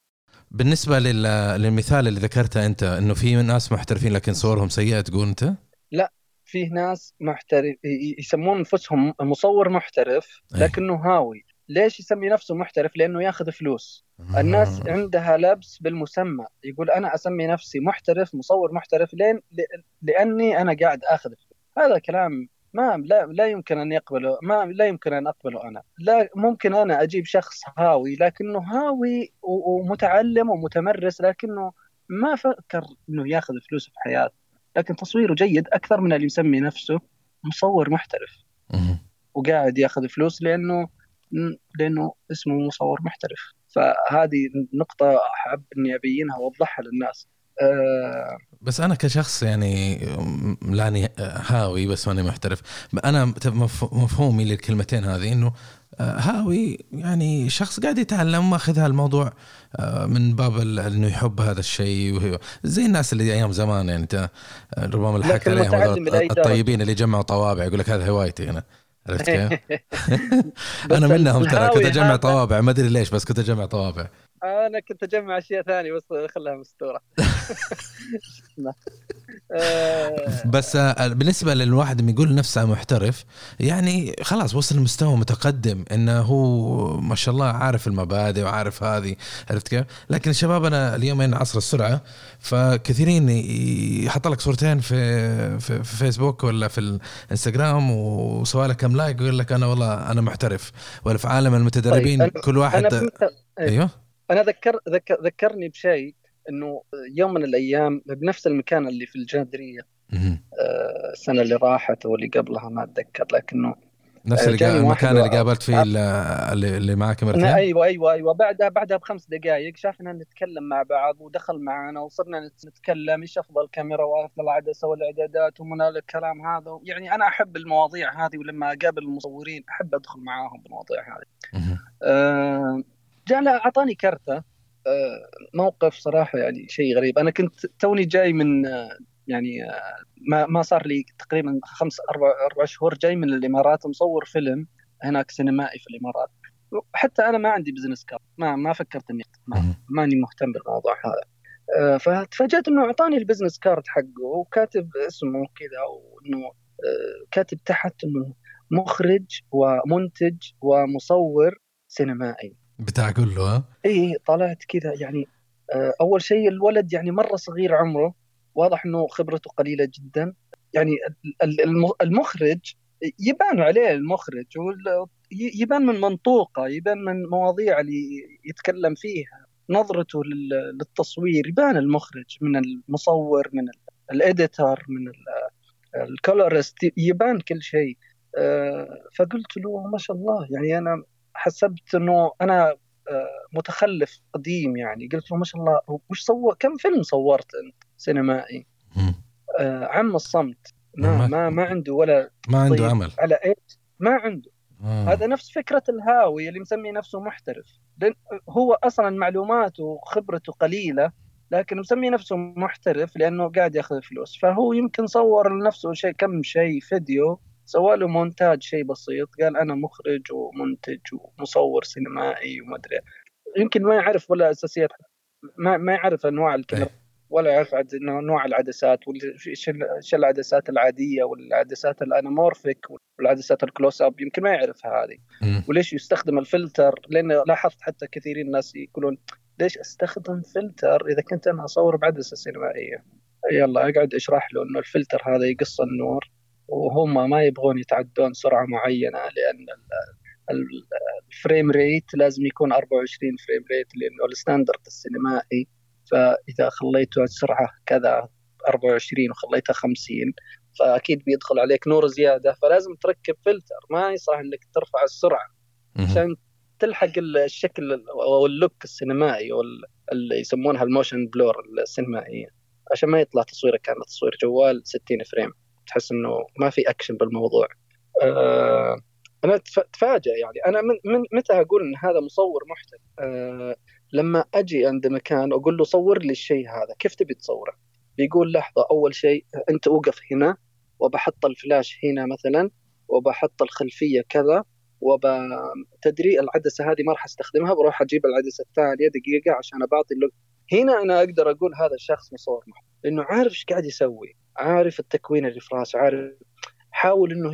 بالنسبة للمثال اللي ذكرته أنت إنه في ناس محترفين لكن صورهم سيئة، تقول أنت؟ لا، فيه ناس محترف يسمون أنفسهم مصور محترف لكنه هاوي. ليش يسمي نفسه محترف؟ لأنه ياخذ فلوس. الناس عندها لبس بالمسمى، يقول أنا أسمي نفسي محترف، مصور محترف، لين لأني أنا قاعد أخذ فلوس. هذا كلام ما لا لا يمكن أن يقبله، ما لا يمكن أن أقبله أنا. لا ممكن أنا أجيب شخص هاوي لكنه هاوي ومتعلم ومتمرس، لكنه ما فكر إنه ياخذ فلوس في حياته، لكن تصويره جيد أكثر من اللي يسمي نفسه مصور محترف وقاعد ياخذ فلوس لأنه لأنه اسمه مصور محترف. فهذه نقطة أحب إني أبينها وأوضحها للناس. أه بس أنا كشخص يعني لاني هاوي بس ماني محترف، أنا مفهومي للكلمتين هذه إنه هاوي يعني شخص قاعد يتعلم ماخذها الموضوع من باب إنه يحب هذا الشيء، زي الناس اللي أيام زمان يعني أنت ربما لحقت عليهم الطيبين اللي جمعوا طوابع يقول لك هذا هوايتي أنا، عرفت كيف؟ أنا منهم ترى، كنت أجمع طوابع ما أدري ليش، بس كنت أجمع طوابع. أنا كنت أجمع أشياء ثانية بس خلها مستورة. بس بالنسبة للواحد اللي يقول نفسه محترف يعني خلاص وصل لمستوى متقدم إنه هو ما شاء الله عارف المبادئ وعارف هذه، عرفت كيف؟ لكن شبابنا اليوم إن عصر السرعة، فكثيرين يحط لك صورتين في في فيسبوك ولا في الانستغرام وسوالك كم لايك ويقول لك أنا والله أنا محترف، ولا في عالم المتدربين طيب كل واحد أنا أيوه. أنا ذكر ذكر ذكرني بشيء إنه يوم من الأيام بنفس المكان اللي في الجندرية آه السنة اللي راحت واللي قبلها ما أتذكر، لكنه نفس المكان اللي قابلت فيه اللي, اللي معك مرتين. أيوة أيوة أيوة بعدها بعدها بخمس دقائق شافنا نتكلم مع بعض ودخل معنا وصرنا نتكلم إيش أفضل كاميرا وأفضل عدسة والإعدادات ومن الكلام هذا. يعني أنا أحب المواضيع هذه، ولما أقابل المصورين أحب أدخل معاهم بالمواضيع هذه. آه جاء أعطاني كرتة موقف صراحة يعني شيء غريب. أنا كنت توني جاي من يعني ما ما صار لي تقريبا خمس أربع أربع شهور جاي من الإمارات، مصور فيلم هناك سينمائي في الإمارات. حتى أنا ما عندي بزنس كارد، ما ما فكرت إني ما ماني مهتم بالموضوع هذا. فتفاجأت إنه أعطاني البزنس كارد حقه وكاتب اسمه كذا، وإنه كاتب تحت إنه مخرج ومنتج ومصور سينمائي بتاع كله. إيه طلعت كذا يعني. أول شيء الولد يعني مرة صغير عمره، واضح إنه خبرته قليلة جدا. يعني المخرج يبان عليه المخرج، يبان من منطوقة، يبان من مواضيع اللي يتكلم فيها، نظرته للتصوير يبان المخرج من المصور من الإديتور من الكولورست، يبان كل شيء. فقلت له ما شاء الله، يعني أنا حسبت إنه أنا متخلف قديم، يعني قلت له ما شاء الله وش صور، كم فيلم صورت أنت سينمائي؟ آه عم الصمت ما ما ما عنده ولا ما عنده عمل على إيه، ما عنده. آه. هذا نفس فكرة الهاوي اللي مسمي نفسه محترف، لأن هو أصلا معلوماته وخبرته قليلة لكن مسمي نفسه محترف لأنه قاعد يأخذ فلوس. فهو يمكن صور لنفسه شيء كم شيء فيديو، سوى له مونتاج شيء بسيط، قال أنا مخرج ومنتج ومصور سينمائي وما أدري، يمكن ما يعرف ولا أساسيات، ما ما يعرف أنواع الكاميرا ولا يعرف نوع العدسات وش العدسات العادية والعدسات الأنامورفيك والعدسات الكلوس أب، يمكن ما يعرف هذه. وليش يستخدم الفلتر، لأن لاحظت حتى كثيرين الناس يقولون ليش أستخدم فلتر إذا كنت أنا أصور بعدسة سينمائية؟ يلا أقعد أشرح له إنه الفلتر هذا يقص النور، وهم ما يبغون يتعدون سرعة معينة لأن الفريم ريت لازم يكون أربعة وعشرين فريم ريت لأنه الستاندرد السينمائي. فإذا خليته السرعة كذا أربعة وعشرين وخليتها خمسين فأكيد بيدخل عليك نور زيادة، فلازم تركب فلتر. ما يصح إنك ترفع السرعة عشان تلحق الشكل واللوك السينمائي واللي يسمونها الموشن بلور السينمائية، عشان ما يطلع تصويرك كأنه تصوير جوال ستين فريم، تحس إنه ما في أكشن بالموضوع. أه أنا تفاجأ يعني أنا من, من متى أقول إن هذا مصور محترف؟ أه لما أجي عند مكان أقول له صور لي الشيء هذا، كيف تبي تصوره؟ بيقول لحظة، أول شيء أنت وقف هنا وبحط الفلاش هنا مثلا وبحط الخلفية كذا وبتدري العدسة هذه ما راح استخدمها، بروح أجيب العدسة الثانية دقيقة عشان أبعطي اللوك. هنا أنا أقدر أقول هذا الشخص مصور محتوى، لأنه عارف إيش قاعد يسوي، عارف التكوين اللي في راسه، عارف حاول إنه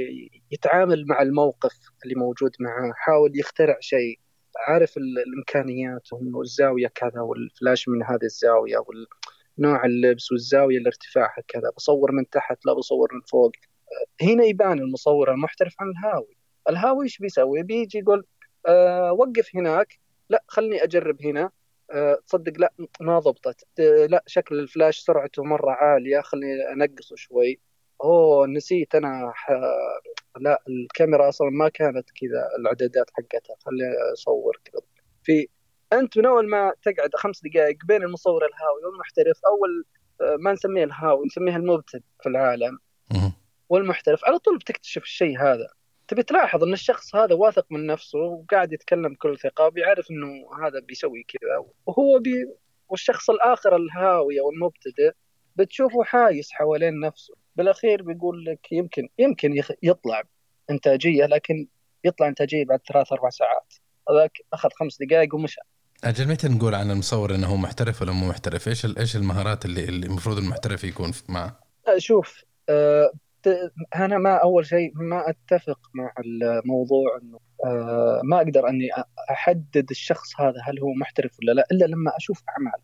يتعامل مع الموقف اللي موجود معه، حاول يخترع شيء، عارف الإمكانيات والزاوية كذا والفلاش من هذه الزاوية والنوع اللبس والزاوية الارتفاع كذا، بصور من تحت لا بصور من فوق. هنا يبان المصور المحترف عن الهاوي. الهاوي إيش بيسوي؟ بيجي يقول أه وقف هناك، لا خلني أجرب هنا، أه تصدق لا ما ضبطت، أه لا شكل الفلاش سرعته مرة عالية، خلني أنقصه شوي، أوه نسيت أنا ح... لا الكاميرا أصلا ما كانت كذا الإعدادات حقتها، خلني أصور كذا. في أنت من أول ما تقعد خمس دقائق بين المصور الهاوي والمحترف، أول أه ما نسميه الهاوي نسميه المبتدئ في العالم والمحترف، على طول بتكتشف الشيء هذا. تبي تلاحظ أن الشخص هذا واثق من نفسه وقاعد يتكلم بكل ثقة، بيعرف أنه هذا بيسوي كذا، وهو بي... والشخص الآخر الهاوي أو المبتدئ بتشوفه حايس حوالين نفسه، بالأخير بيقول لك يمكن يمكن يخ... يطلع إنتاجية، لكن يطلع إنتاجية بعد ثلاث أربع ساعات، هذاك أخذ خمس دقائق ومشى. أجل متى نقول عن المصور أنه محترف ولا مو محترف؟ إيش إيش المهارات اللي اللي المفروض المحترف يكون معه؟ شوف أه... أنا ما أول شيء ما أتفق مع الموضوع إنه آه ما أقدر أني أحدد الشخص هذا هل هو محترف ولا لا إلا لما أشوف أعمال،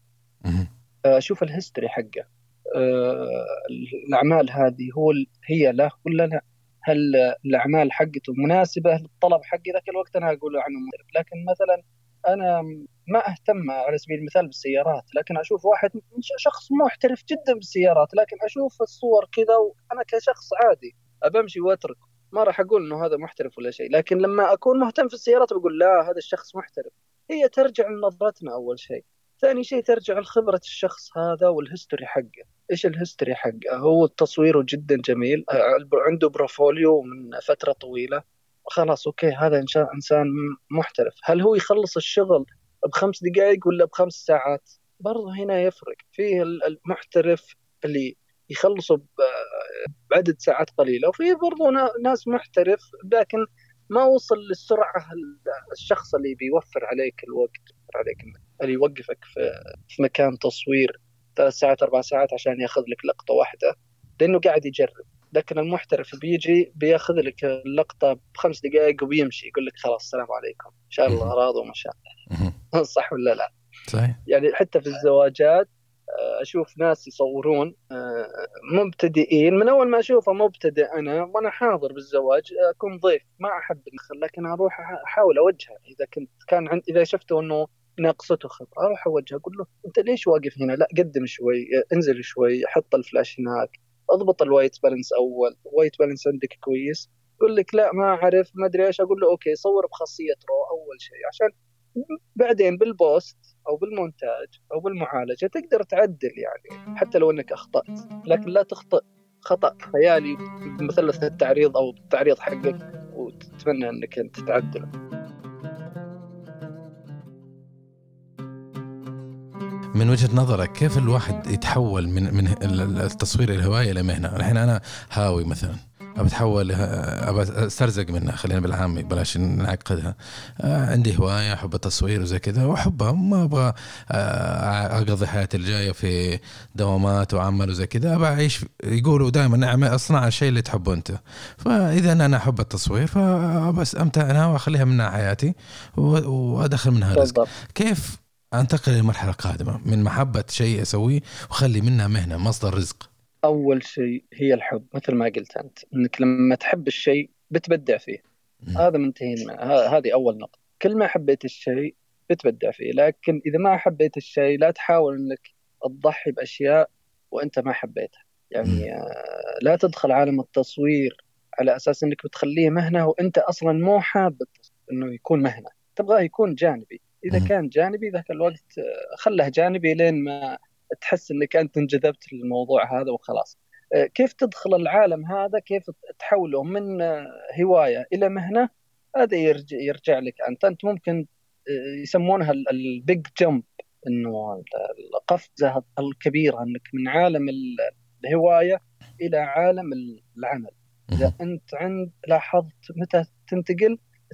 أشوف الهيستوري حقه، آه الأعمال هذه هو هي له ولا لا، هل الأعمال حقته مناسبة للطلب حقي، ذاك الوقت أنا أقول عنه محترف. لكن مثلا أنا ما أهتم على سبيل المثال بالسيارات، لكن أشوف واحد شخص محترف جدا بالسيارات، لكن أشوف الصور كذا وأنا كشخص عادي أبمشي وأترك، ما راح أقول إنه هذا محترف ولا شيء. لكن لما أكون مهتم في السيارات بقول لا هذا الشخص محترف. هي ترجع لنظرتنا أول شيء، ثاني شيء ترجع لخبرة الشخص هذا والهيستوري حقه. إيش الهيستوري حقه؟ هو تصويره جدا جميل، عنده بروفوليو من فترة طويلة، خلاص أوكي هذا إنسان محترف. هل هو يخلص الشغل بخمس دقائق ولا بخمس ساعات؟ برضو هنا يفرق. فيه المحترف اللي يخلصوا بعدد ساعات قليلة، وفيه برضو ناس محترف لكن ما وصل للسرعة الشخص اللي بيوفر عليك الوقت، عليك اللي يوقفك في مكان تصوير ثلاث ساعات أربع ساعات عشان يأخذ لك لقطة واحدة، لأنه قاعد يجرب. لكن المحترف بيجي بياخذ لك اللقطة بخمس دقائق وبيمشي، يقول لك خلاص السلام عليكم شاء الله راض ومشى. صح ولا لا؟ صحيح. يعني حتى في الزواجات أشوف ناس يصورون مبتدئين، من أول ما أشوفه مبتدئ أنا وأنا حاضر بالزواج أكون ضيف ما أحب ندخل، لكن أروح أحاول أوجهه. إذا كنت كان عند إذا شفته إنه ناقصته خبرة أروح أوجهه، أقول له أنت ليش واقف هنا؟ لا قدم شوي، انزل شوي، حط الفلاش هناك، اضبط الوايت بالانس أول، وايت بالانس عندك كويس؟ يقول لك لا ما أعرف ما أدري إيش. أقول له أوكي صور بخاصية رو أول شيء، عشان بعدين بالبوست أو بالمونتاج أو بالمعالجة تقدر تعدل يعني حتى لو أنك أخطأت، لكن لا تخطئ خطأ خيالي بمثلث التعريض أو التعريض حقك وتتمنى أنك أنت تعدله. من وجهة نظرك كيف الواحد يتحول من من التصوير الهواية إلى مهنة؟ الحين أنا هاوي مثلا، أبتحول أبى أسترزق منها، خلينا بالعامي بلاش نعقدها. عندي هواية أحب التصوير وزي كذا وأحبها، ما أبغى أقضي حياتي الجاية في دوامات وعمل وزي كذا، أبغى أعيش. يقولوا دائما نعم أصنع الشيء اللي تحبه أنت، فإذا أنا أحب التصوير فبس أمتع أنا وأخليها منها حياتي وأدخل منها رزق. كيف أنتقل للمرحلة القادمة من محبة شيء أسويه وخلي منها مهنة مصدر رزق؟ أول شيء هي الحب، مثل ما قلت أنت، إنك لما تحب الشيء بتبدع فيه. م. هذا منتهين، هذه أول نقطة. كل ما حبيت الشيء بتبدع فيه، لكن إذا ما حبيت الشيء لا تحاول إنك تضحي بأشياء وأنت ما حبيتها. يعني م. لا تدخل عالم التصوير على أساس إنك بتخليه مهنة وأنت أصلا مو حاب إنه يكون مهنة، تبغاه يكون جانبي. إذا م. كان جانبي ذاك الوقت خله جانبي لين ما تحس انك انت انجذبت للموضوع هذا وخلاص. كيف تدخل العالم هذا، كيف تحوله من هواية الى مهنة، هذا يرجع, يرجع لك انت. انت ممكن يسمونها البيج جمب، انه القفزة الكبيرة، انك من عالم الهواية الى عالم العمل. اذا انت عند لاحظت متى تنتقل،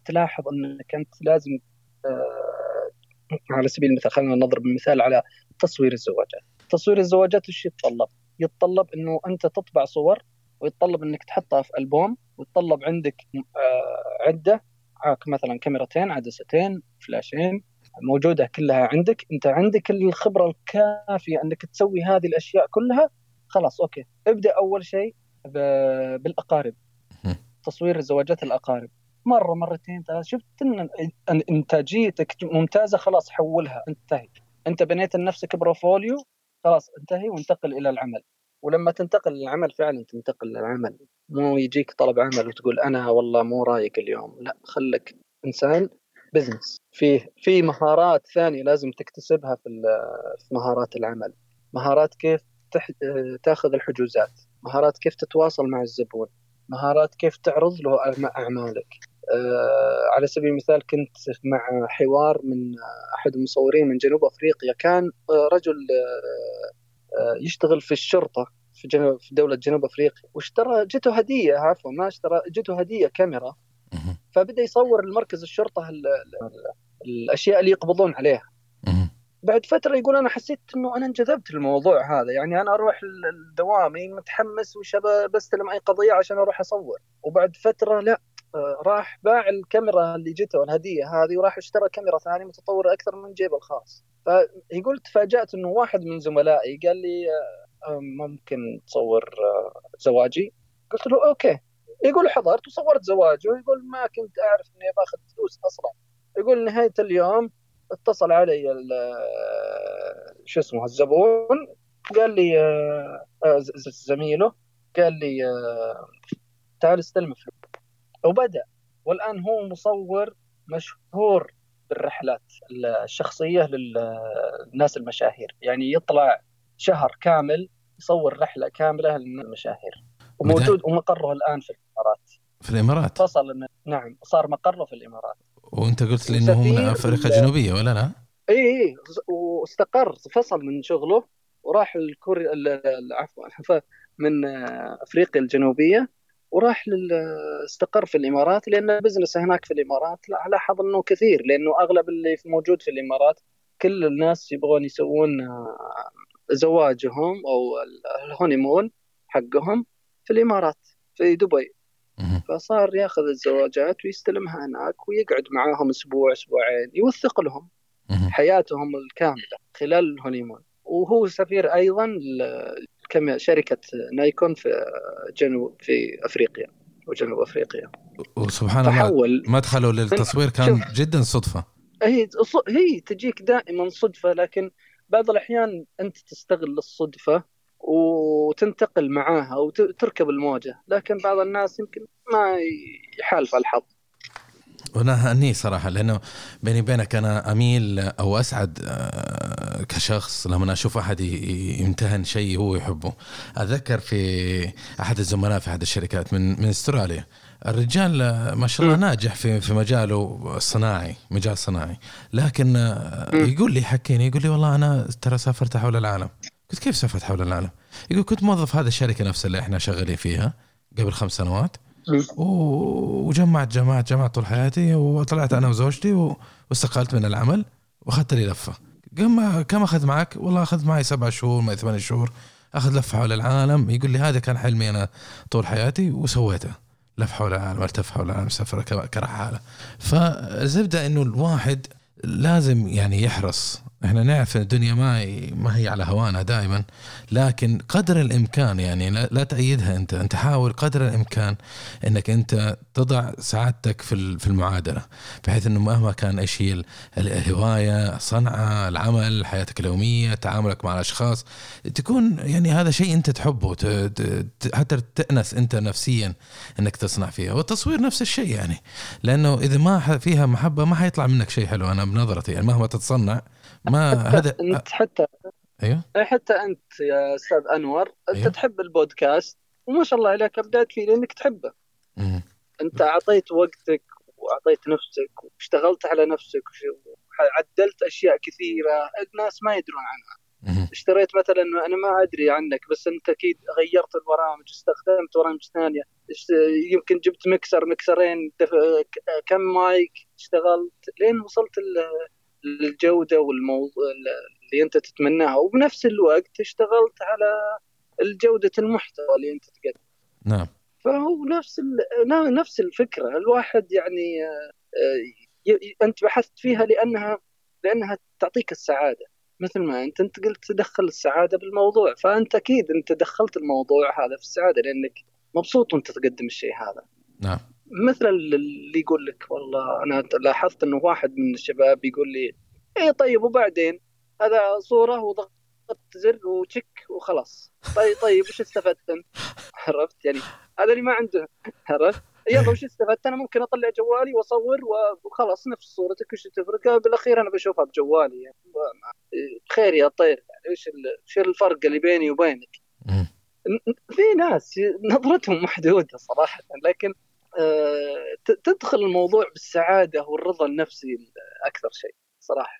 تلاحظ أنك أنت لازم آه على سبيل المثال خلينا نضرب مثال على تصوير الزواجات. تصوير الزواجات وش يتطلب؟ يتطلب أنه أنت تطبع صور، ويتطلب أنك تحطها في ألبوم، ويتطلب عندك آه عدة، معك مثلا كاميرتين، عدستين، فلاشين موجودة كلها عندك. أنت عندك الخبرة الكافية أنك تسوي هذه الأشياء كلها. خلاص أوكي، ابدأ أول شيء بالأقارب، تصوير زواجات الأقارب مرة مرتين ثلاث، شفت أن إنتاجيتك ممتازة، خلاص حولها، انتهي. أنت بنيت لنفسك بروفوليو، خلاص انتهي وانتقل إلى العمل. ولما تنتقل للعمل فعلا تنتقل للعمل، مو يجيك طلب عمل وتقول أنا والله مو رايق اليوم، لا، خلك إنسان بزنس. فيه في مهارات ثانية لازم تكتسبها في في مهارات العمل. مهارات كيف تح... تاخذ الحجوزات، مهارات كيف تتواصل مع الزبون، مهارات كيف تعرض له أعمالك. أه على سبيل المثال كنت مع حوار من أحد المصورين من جنوب أفريقيا، كان رجل أه يشتغل في الشرطة في, جنوب في دولة جنوب أفريقيا، واشترى جته هدية، عفوا ما اشترى، جته هدية كاميرا. فبدأ يصور المركز الشرطة ال ال الأشياء اللي يقبضون عليها. بعد فترة يقول أنا حسيت أنه أنا انجذبت للموضوع هذا، يعني أنا أروح الدوامي متحمس وشبه بستلم أي قضية عشان أروح أصور. وبعد فترة لا، راح باع الكاميرا اللي جته الهدية هذه وراح اشترى كاميرا ثانية متطورة أكثر من جيبه الخاص. فيقول تفاجأت أنه واحد من زملائي قال لي ممكن تصور زواجي؟ قلت له أوكي. يقول حضرت وصورت زواجه، يقول ما كنت أعرف أني باخذ فلوس أصلا. يقول نهاية اليوم اتصل علي شو اسمه الزبون، قال لي زميله، قال لي تعال استلم فلوس، وبدأ. والآن هو مصور مشهور بالرحلات الشخصية للناس المشاهير، يعني يطلع شهر كامل يصور رحلة كاملة للمشاهير، وموجود ومقره الآن في الإمارات. في الإمارات فصل، نعم، صار مقره في الإمارات. وانت قلت لي انه هو من افريقيا الجنوبيه ولا لا؟ اي اي واستقر، فصل من شغله وراح الكوريا، عفوا من افريقيا الجنوبيه، وراح استقر في الامارات، لان البزنس هناك في الامارات لاحظ انه كثير، لانه اغلب اللي موجود في الامارات كل الناس يبغون يسوون زواجهم او الهونيمون حقهم في الامارات في دبي. فصار ياخذ الزواجات ويستلمها هناك ويقعد معاهم اسبوع اسبوعين، يوثق لهم حياتهم الكامله خلال الهونيمون. وهو سفير ايضا شركه نايكون في جنوب في افريقيا وجنوب افريقيا. وسبحان الله ما دخلوا للتصوير كان جدا صدفه. هي هي تجيك دائما صدفه، لكن بعض الاحيان انت تستغل الصدفه وتنتقل معاها وتركب الموجة، لكن بعض الناس يمكن ما يحالف الحظ. وانا هني صراحه، لانه بيني وبينك انا اميل او اسعد كشخص لما اشوف احد يمتهن شيء هو يحبه. اتذكر في احد الزملاء في احد الشركات من من استراليا، الرجال ما شاء الله ناجح في في مجاله الصناعي، مجال صناعي، لكن يقول لي حكيني يقول لي والله انا ترى سافرت حول العالم. قلت كيف سافرت حول العالم؟ يقول كنت موظف هذا الشركة نفسها اللي احنا شغالين فيها قبل خمس سنوات، وجمعت جماعة جماعة طول حياتي، وطلعت أنا وزوجتي واستقلت من العمل وأخذت لي لفة. كم كم أخذ معك؟ والله أخذ معي سبع شهور ما ثمان شهور، أخذ لفة حول العالم. يقول لي هذا كان حلمي أنا طول حياتي وسويته، لف حول العالم، التف حول العالم، سفر كرحالة. فزبدأ إنه الواحد لازم يعني يحرص. احنا نعرف ان الدنيا ما ما هي على هوانا دائما، لكن قدر الامكان يعني لا تأيدها انت انت حاول قدر الامكان انك انت تضع سعادتك في في المعادله، بحيث انه مهما كان ايش هي الهوايه، صنعه، العمل، حياتك اليوميه، تعاملك مع الاشخاص، تكون يعني هذا شيء انت تحبه، حتى تأنس انت نفسيا انك تصنع فيها. والتصوير نفس الشيء يعني، لانه اذا ما فيها محبه ما حيطلع منك شيء حلو. انا بنظرتي يعني مهما تتصنع ما هذا انت حتى ايوه حتى انت يا استاذ انور انت أيوه؟ تحب البودكاست وما شاء الله عليك بدأت فيه لانك تحبه. مم. انت اعطيت وقتك واعطيت نفسك واشتغلت على نفسك وعدلت اشياء كثيره الناس ما يدرون عنها. اشتريت مثلا، أنا ما أدري عنك بس أنت أكيد غيرت البرامج، استخدمت برامج ثانية، يمكن جبت مكسر مكسرين، كم مايك، اشتغلت لين وصلت للجودة والموضوع اللي أنت تتمناها، وبنفس الوقت اشتغلت على الجودة المحتوى اللي أنت تقدم. نعم. فهو نفس نفس الفكرة. الواحد يعني أنت بحثت فيها لأنها لأنها تعطيك السعادة، مثل ما أنت أنت قلت تدخل السعادة بالموضوع، فأنت أكيد أنت دخلت الموضوع هذا في السعادة لأنك مبسوط وأنت تقدم الشيء هذا. نعم. مثل اللي يقول لك والله أنا لاحظت إنه واحد من الشباب يقول لي إيه طيب وبعدين هذا صورة وضغطت زر وتشك وخلاص، طيب طيب وش استفدت أنت؟ عرفت يعني هذا اللي ما عنده، عرفت يلا وش استفدت؟ أنا ممكن أطلع جوالي وأصور وخلاص نفس صورتك، وش تفرق؟ بالأخير أنا بشوفها بجوالي يعني. خير يا طير يعني، وش وش الفرق اللي بيني وبينك؟ في ناس نظرتهم محدودة صراحة، لكن أه تدخل الموضوع بالسعادة والرضا النفسي أكثر شيء صراحة.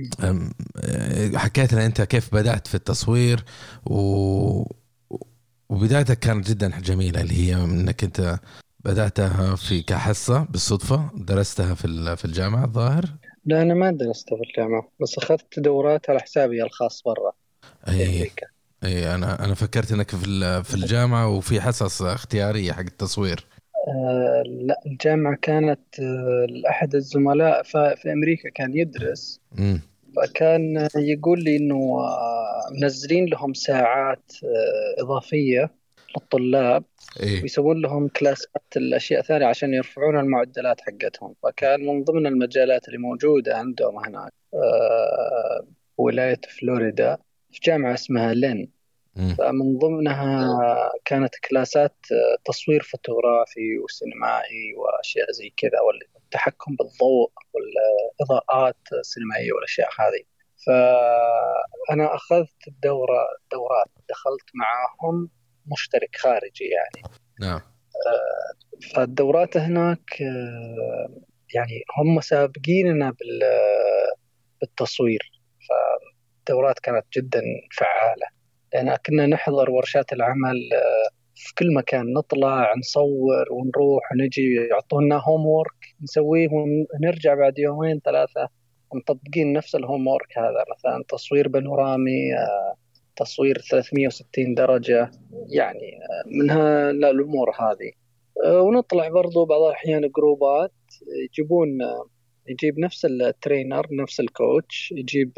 حكيت لنا أنت كيف بدأت في التصوير و... وبدايتك كانت جدا جميلة، اللي هي أنك أنت بدأتها في كحصة بالصدفة، درستها في في الجامعة الظاهر؟ لا أنا ما درستها في الجامعة، بس أخذت دورات على حسابي الخاص برا في أمريكا. أي أنا أنا فكرت إنك في في الجامعة وفي حصص اختيارية حق التصوير. آه لا، الجامعة كانت آه أحد الزملاء في أمريكا كان يدرس، م. فكان يقول لي إنه آه منزلين لهم ساعات آه إضافية للطلاب، إيه؟ ويسوون لهم كلاسات الأشياء ثانية عشان يرفعون المعدلات حقتهم. فكان من ضمن المجالات اللي موجودة عندهم هناك آه ولاية فلوريدا في جامعة اسمها لين، فمن ضمنها كانت كلاسات تصوير فوتوغرافي وسينمائي وأشياء زي كذا، والتحكم بالضوء والإضاءات السينمائية والأشياء هذه. فأنا أخذت الدورة دورات دخلت معهم مشترك خارجي يعني. نعم. فالدورات هناك يعني هم سابقيننا بالتصوير، فالدورات كانت جدا فعالة، لأن كنا نحضر ورشات العمل في كل مكان، نطلع نصور ونروح ونجي، يعطونا هوم وورك نسويه ونرجع بعد يومين ثلاثة مطبقين نفس الهوم وورك هذا، مثلا تصوير بانورامي، تصوير ثلاثمية وستين درجة يعني، منها الأمور هذه. ونطلع برضو بعض الأحيان جروبات، يجيبون يجيب نفس الترينر نفس الكوتش، يجيب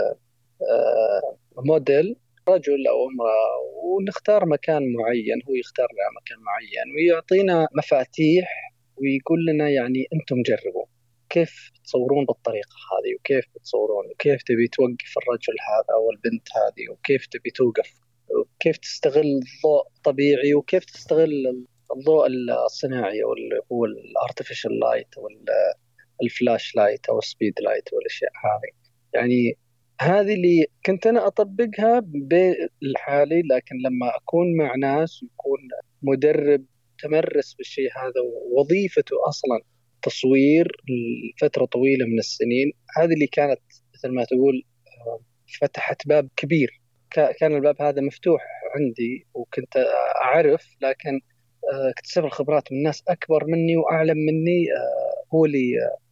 موديل رجل أو امرأة، ونختار مكان معين، هو يختار لنا مكان معين ويعطينا مفاتيح ويقول لنا يعني أنتم جربوا كيف تصورون بالطريقة هذه، وكيف بتصورون، وكيف تبي توقف الرجل هذا أو البنت هذه، وكيف تبي توقف، وكيف تستغل الضوء الطبيعي، وكيف تستغل الضوء الصناعي واللي هو الارتفيشال لايت والفلاش لايت أو السبيد لايت والأشياء هذه. يعني هذه اللي كنت أنا أطبقها بالحالي، لكن لما أكون مع ناس ويكون مدرب تمرس بالشيء هذا ووظيفته أصلا تصوير لفترة طويلة من السنين، هذه اللي كانت مثل ما تقول فتحت باب كبير. كان الباب هذا مفتوح عندي وكنت أعرف، لكن اكتسب الخبرات من ناس أكبر مني وأعلم مني، هو اللي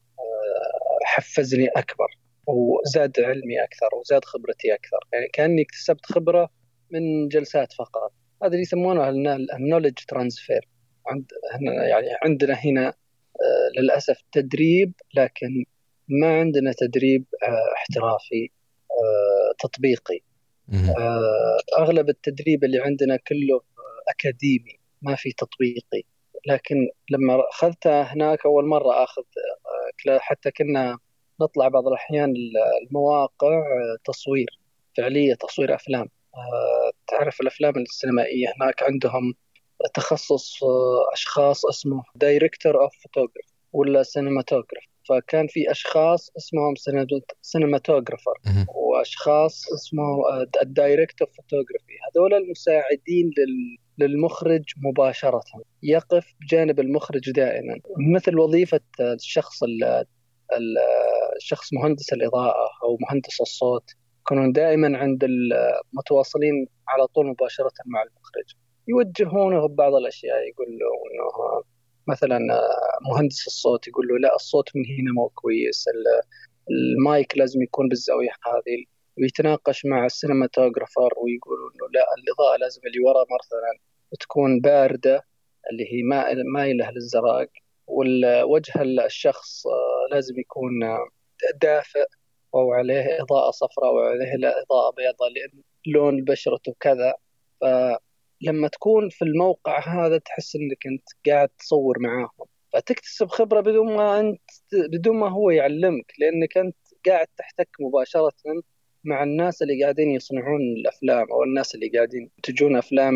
حفزني أكبر وزاد علمي أكثر وزاد خبرتي أكثر. يعني كأني اكتسبت خبرة من جلسات فقط. هذا اللي يسمونه النوليدج ترانسفير. عند يعني عندنا هنا آه للأسف تدريب، لكن ما عندنا تدريب آه احترافي آه تطبيقي. آه أغلب التدريب اللي عندنا كله أكاديمي، ما في تطبيقي. لكن لما أخذتها هناك أول مرة أخذ آه حتى كنا نطلع بعض الأحيان المواقع تصوير فعلية، تصوير أفلام. أه تعرف الأفلام السينمائية هناك عندهم تخصص أه أشخاص اسمه دايركتور أوف فوتوغراف ولا سينماتوغراف، فكان في أشخاص اسمهم سينماتوغرافر وأشخاص اسمه الدايركتور أوف فوتوغرافي. هذول المساعدين للمخرج مباشرة، يقف بجانب المخرج دائما، مثل وظيفة الشخص الشخص مهندس الإضاءة أو مهندس الصوت يكونون دائما عند المتواصلين على طول مباشرة مع المخرج، يوجهونه ببعض الأشياء. يقول له إنه مثلا مهندس الصوت يقول له لا الصوت من هنا مو كويس، المايك لازم يكون بالزاوية هذه، ويتناقش مع السينماتوغرافر ويقولوا إنه لا الإضاءة لازم اللي ورا مثلا تكون باردة اللي هي مايلة للزراق، والوجه الشخص لازم يكون دافئ أو عليه إضاءة صفراء أو عليه إضاءة بيضاء لأن لون بشرته كذا. فلما تكون في الموقع هذا تحس إنك أنت قاعد تصور معاهم، فتكتسب خبرة بدون ما أنت بدون ما هو يعلمك، لأنك أنت قاعد تحتك مباشرة مع الناس اللي قاعدين يصنعون الأفلام أو الناس اللي قاعدين تجون أفلام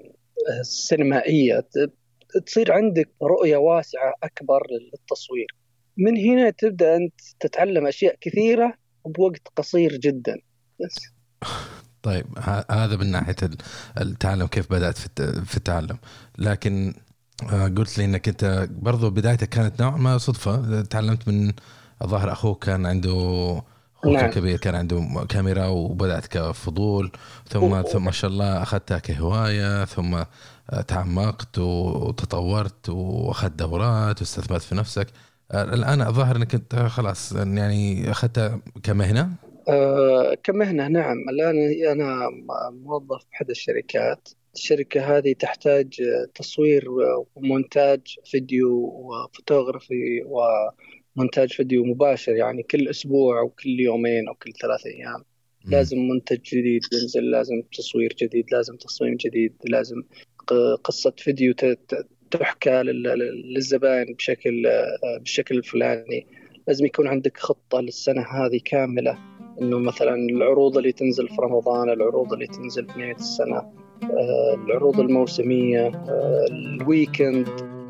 سينمائية. تصير عندك رؤية واسعة أكبر للتصوير. من هنا تبدأ أنت تتعلم أشياء كثيرة بوقت قصير جدا. بس. طيب هذا من ناحية التعلم، كيف بدأت في التعلم. لكن قلت لي أنك أنت برضو بدايتك كانت نوع ما صدفة، تعلمت من الظاهر أخوك كان عنده أخوك نعم. كبير كان عنده كاميرا وبدأت كفضول، ثم ثم ما شاء الله أخذتها كهواية، ثم تعمقت وتطورت وأخذت دورات واستثمرت في نفسك. الآن الظاهر أنك أنت خلاص يعني أخذتها كمهنة. أه كمهنة نعم. الآن أنا موظف بأحد الشركات. الشركة هذه تحتاج تصوير ومونتاج فيديو وفوتوغرافي ومونتاج فيديو مباشر، يعني كل أسبوع أو كل يومين أو كل ثلاثة أيام م. لازم منتج جديد ينزل، لازم تصوير جديد، لازم تصميم جديد، لازم قصة فيديو تحكى للزبائن بشكل بالشكل الفلاني. لازم يكون عندك خطة للسنة هذه كاملة، إنه مثلا العروض اللي تنزل في رمضان، العروض اللي تنزل في نهاية السنة، العروض الموسمية، الويكند.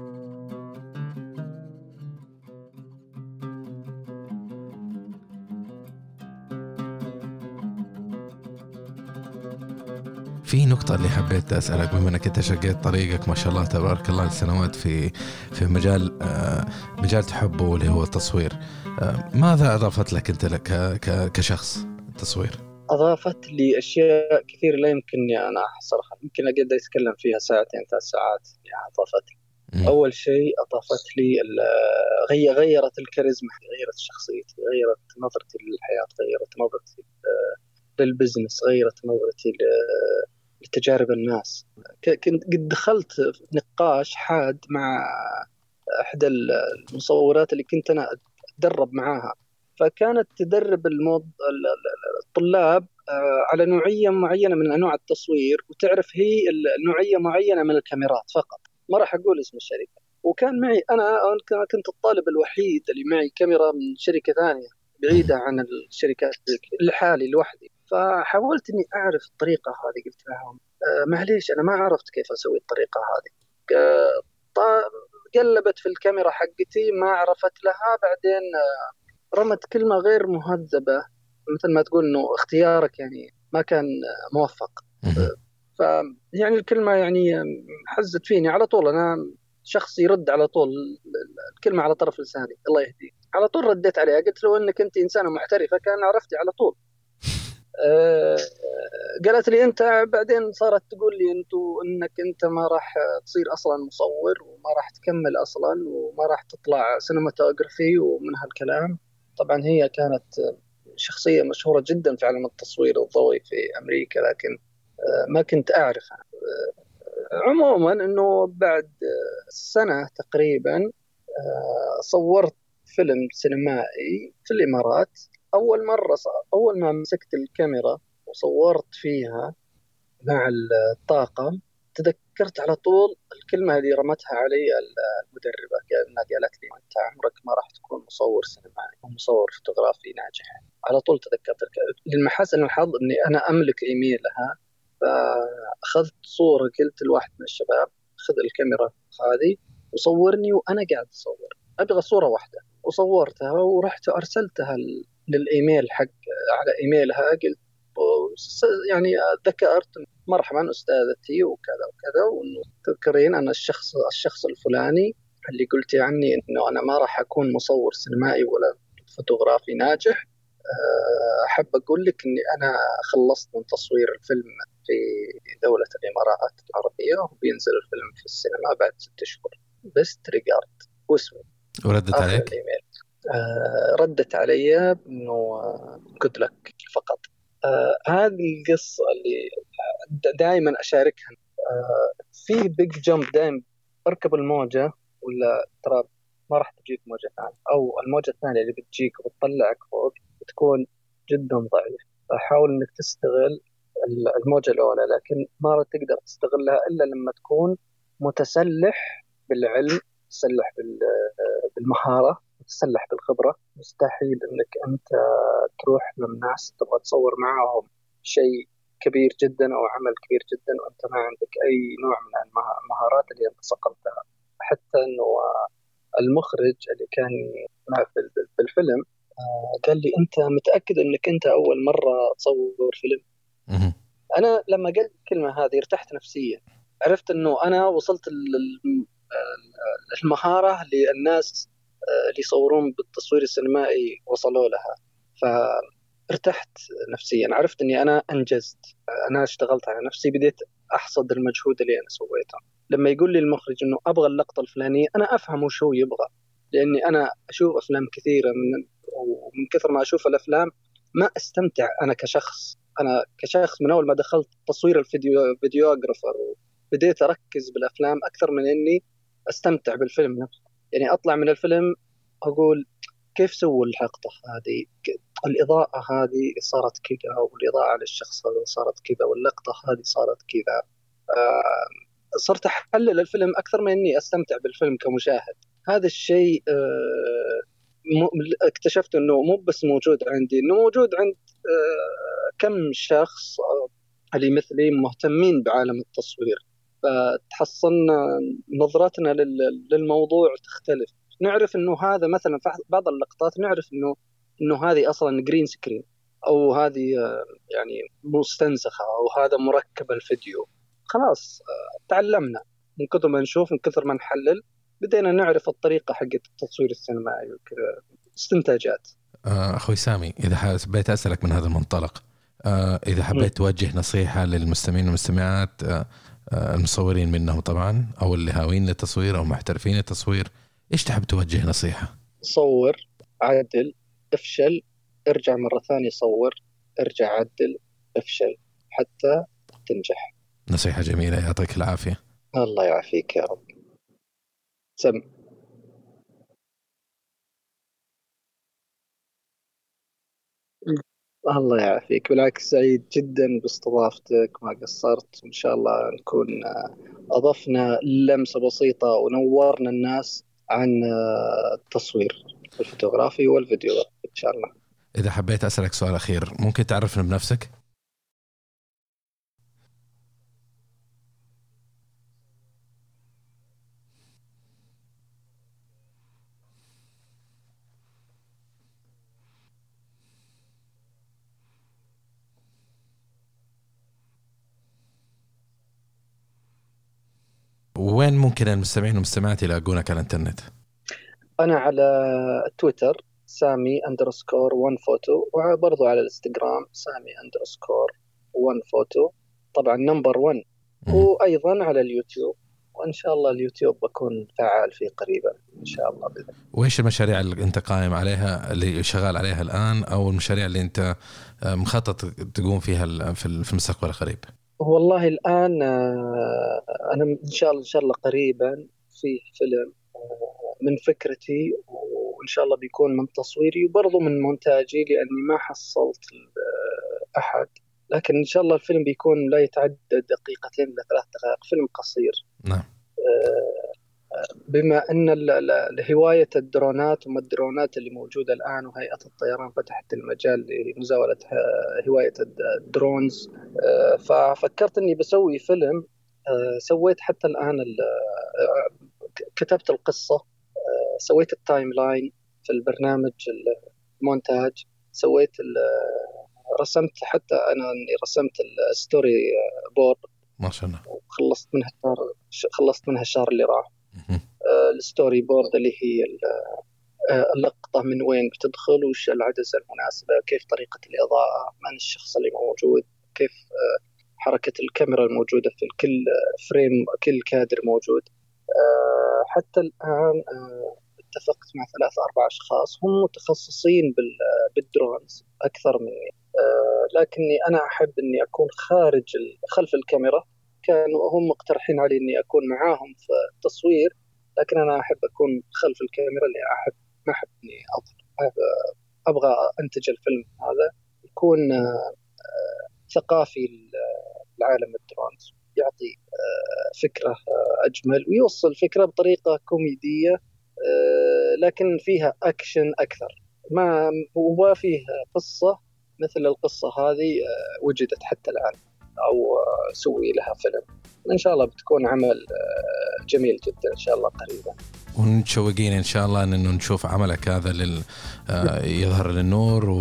في نقطة اللي حبيت أسألك، بما أنك أنت شقيت طريقك ما شاء الله تبارك الله لسنوات في في مجال مجال تحبه اللي هو التصوير، ماذا أضافت لك أنت لك كشخص التصوير؟ أضافت لي أشياء كثير لا يمكنني أنا أحصرها، يمكن أقدر أتكلم فيها ساعتين ثلاث ساعات. يعني أضافت لي أول شيء أضافت لي غير غيرت الكاريزما، غيرت شخصيتي، غيرت نظرتي للحياة، غيرت نظرتي للبزنس، غيرت نظرتي لتجارب الناس. كنت قد دخلت نقاش حاد مع إحدى المصورات اللي كنت أنا أتدرب معاها، فكانت تدرب الموض... الطلاب على نوعية معينة من أنواع التصوير، وتعرف هي النوعية معينة من الكاميرات فقط، ما راح أقول اسم الشركة. وكان معي أنا كنت الطالب الوحيد اللي معي كاميرا من شركة ثانية بعيدة عن الشركات لحالي لوحدي. فحاولت إني أعرف الطريقة هذه، قلت لهم آه معليش أنا ما عرفت كيف أسوي الطريقة هذه. آه قلبت في الكاميرا حقتي ما عرفت لها، بعدين آه رمت كلمة غير مهذبة، مثل ما تقول إنه اختيارك يعني ما كان موفق. آه فيعني الكلمة يعني حزت فيني على طول. أنا شخص يرد على طول الكلمة على طرف لساني، الله يهديه. على طول رديت عليها، قلت له إنك أنت إنسانة محترفة كان عرفتي على طول. أه قالت لي أنت، بعدين صارت تقول لي أنتو إنك أنت ما راح تصير أصلا مصور وما راح تكمل أصلا وما راح تطلع سينماتوغرافي ومن هالكلام. طبعا هي كانت شخصية مشهورة جدا في عالم التصوير الضوئي في أمريكا، لكن أه ما كنت أعرفها. أه عموما أنه بعد سنة تقريبا أه صورت فيلم سينمائي في الإمارات. أول مرة أول ما مسكت الكاميرا وصورت فيها مع الطاقم، تذكرت على طول الكلمة اللي رمتها علي المدربة، كأنها قالت لي أنت عمرك ما راح تكون مصور سينمائي أو مصور فوتوغرافي ناجح. على طول تذكرت للمحاسن الحظ أني أنا أملك إيميلها، فأخذت صورة، قلت لواحد من الشباب خذ الكاميرا هذه وصورني وأنا قاعد أصور، أبغى صورة واحدة. وصورتها ورحت أرسلتها للإيميل حق على إيميلها، قلت يعني ذكرت مرحبا أستاذتي وكذا وكذا، وإنه تذكرين أنا الشخص الشخص الفلاني اللي قلتي عني إنه أنا ما راح أكون مصور سينمائي ولا فوتوغرافي ناجح، أحب أقول لك أني أنا خلصت من تصوير الفيلم في دولة الإمارات العربية، وبينزل الفيلم في السينما بعد ست شهور. بست ريجارد واسمه. وردت عليك؟ الإيميل آه ردت علي إنه good luck فقط. آه هذه القصة اللي دائما أشاركها. آه في بيج جامب، دائما أركب الموجة ولا ترى ما راح تجيك موجة ثانية، أو الموجة الثانية اللي بتجيك وبتطلعك فوق بتكون جدا ضعيف. فحاول إنك تستغل الموجة الأولى، لكن ما راح تقدر تستغلها إلا لما تكون متسلح بالعلم، تسلح بالمهارة، تسلح بالخبرة. مستحيل إنك أنت تروح للناس تبغى تصور معهم شيء كبير جدا أو عمل كبير جدا وأنت ما عندك أي نوع من المهارات اللي أنت صقلتها. حتى إنه المخرج اللي كان في الفيلم قال لي أنت متأكد إنك أنت أول مرة تصور فيلم؟ أنا لما قلت الكلمة هذه ارتحت نفسيا، عرفت إنه أنا وصلت المهارة للناس اللي يصورون بالتصوير السينمائي وصلوا لها، فارتحت نفسيا. عرفت إني أنا أنجزت، أنا اشتغلت على نفسي، بديت أحصد المجهود اللي أنا سويته. لما يقول لي المخرج إنه أبغى اللقطة الفلانية، أنا أفهم وش هو يبغى، لأني أنا أشوف أفلام كثيرة من ومن كثر ما أشوف الأفلام ما أستمتع أنا كشخص. أنا كشخص من أول ما دخلت تصوير الفيديو فيديوغرافر بديت أركز بالأفلام أكثر من إني أستمتع بالفيلم نفسه. يعني أطلع من الفيلم أقول كيف سووا اللقطة هذه، الإضاءة هذه صارت كذا، والإضاءة على الشخص هذا صارت كذا، واللقطة هذه صارت كذا. آه صرت أحلل الفيلم أكثر من إني أستمتع بالفيلم كمشاهد. هذا الشيء آه اكتشفت إنه مو بس موجود عندي، إنه موجود عند آه كم شخص اللي مثلي مهتمين بعالم التصوير. فتحصلنا نظرتنا للموضوع تختلف. نعرف إنه هذا مثلا في بعض اللقطات نعرف إنه إنه هذه أصلا جرين سكرين، أو هذه يعني مستنسخة، أو هذا مركب الفيديو. خلاص تعلمنا من كثر ما نشوف، من كثر ما نحلل، بدينا نعرف الطريقة حقت التصوير السينمائي وكذا استنتاجات. أخوي سامي، إذا حبيت أسألك من هذا المنطلق، إذا حبيت توجه نصيحة للمستمعين والمستمعات المصورين منهم طبعا، أو اللي هاوين للتصوير أو محترفين التصوير، إيش تحب توجه نصيحة؟ صور، عدل، افشل، ارجع مرة ثانية، صور، ارجع عدل، افشل حتى تنجح. نصيحة جميلة، يعطيك العافية. الله يعافيك يا رب. سم الله يعافيك، بالعكس سعيد جدا باستضافتك، ما قصرت. إن شاء الله نكون أضفنا لمسة بسيطة ونورنا الناس عن التصوير الفوتوغرافي والفيديو إن شاء الله. إذا حبيت أسألك سؤال أخير، ممكن تعرفنا بنفسك؟ وين ممكن المستمعين والمستمعات يلاقونك على الانترنت؟ أنا على تويتر سامي أندرسكور ون فوتو، وبرضو على الانستغرام سامي أندرسكور ون فوتو، طبعا نمبر ون. وأيضا على اليوتيوب، وإن شاء الله اليوتيوب بكون فعال فيه قريبا إن شاء الله بإذن. وإيش المشاريع اللي أنت قائم عليها، اللي شغال عليها الآن، أو المشاريع اللي أنت مخطط تقوم فيها في المستقبل القريب؟ والله الآن أنا إن شاء الله إن شاء الله قريبا في فيلم من فكرتي، وإن شاء الله بيكون من تصويري وبرضو من مونتاجي، لأني ما حصلت أحد. لكن إن شاء الله الفيلم بيكون لا يتعدى دقيقتين إلى ثلاث دقائق، فيلم قصير. نعم. بما أن هواية الدرونات وما الدرونات اللي موجودة الآن، وهيئة الطيران فتحت المجال لمزاولة هواية الدرونز، ففكرت أني بسوي فيلم. سويت حتى الآن كتبت القصة، سويت التايم لاين في البرنامج المونتاج، سويت رسمت حتى أنا رسمت الستوري بورد ما شاء الله، وخلصت منها الشهر خلصت منها الشهر اللي راح. الستوري بورد اللي هي اللقطة من وين بتدخل، وش العدسة المناسبة، كيف طريقة الإضاءة، من الشخص اللي موجود، كيف حركة الكاميرا الموجودة في كل فريم، كل كادر موجود. حتى الآن اتفقت مع ثلاث أربع أشخاص هم متخصصين بالدرونز أكثر مني، لكني أنا أحب أني أكون خارج خلف الكاميرا. كانوا هم مقترحين علي أني أكون معاهم في التصوير، لكن أنا أحب أكون خلف الكاميرا، اللي أحب ما أحب أني أظهر. أبغى أنتج الفيلم هذا يكون ثقافي لعالم الدرونز، يعطي فكرة أجمل ويوصل فكرة بطريقة كوميدية لكن فيها أكشن أكثر. ما هو فيه قصة مثل القصة هذه وجدت حتى الآن أو سوي لها فيلم. إن شاء الله بتكون عمل جميل جدا إن شاء الله قريبا، ونتشوقين إن شاء الله أنه نشوف عملك هذا لل يظهر للنور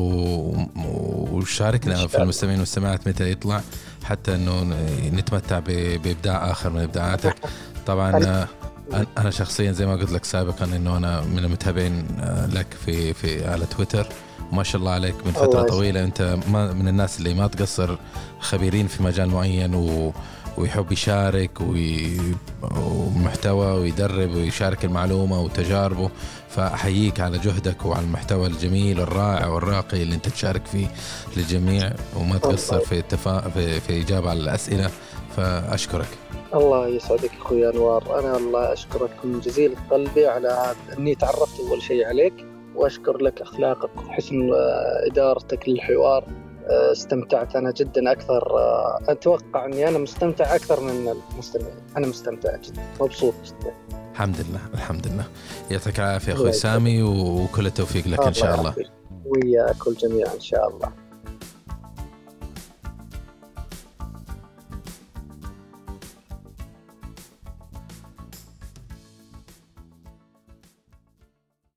وشاركنا في المستمعين والسماعات متى يطلع، حتى أنه نتمتع بإبداع آخر من إبداعاتك. طبعا أنا شخصيا زي ما قلت لك سابقا أنه أنا من المتابعين لك في في على تويتر، ما شاء الله عليك من فترة طويلة. أنت ما من الناس اللي ما تقصر، خبيرين في مجال معين و ويحب يشارك ومحتوى ويدرب ويشارك المعلومة وتجاربه. فأحييك على جهدك وعلى المحتوى الجميل الرائع والراقي اللي أنت تشارك فيه للجميع، وما تقصر في التفا... في في إجابة على الأسئلة. فأشكرك. الله يسعدك أخوي أنوار، أنا الله أشكرك من جزيل قلبي على أني تعرفت أول شيء عليك، وأشكر لك أخلاقك وحسن إدارتك للحوار. استمتعت أنا جدا أكثر، أتوقع أني أنا مستمتع أكثر من المستمعين. أنا مستمتع جدا، مبسوط جدا. الحمد لله الحمد لله. يعطيك العافية أخوي سامي، وكل التوفيق لك إن شاء الله. وياك الجميع إن شاء الله.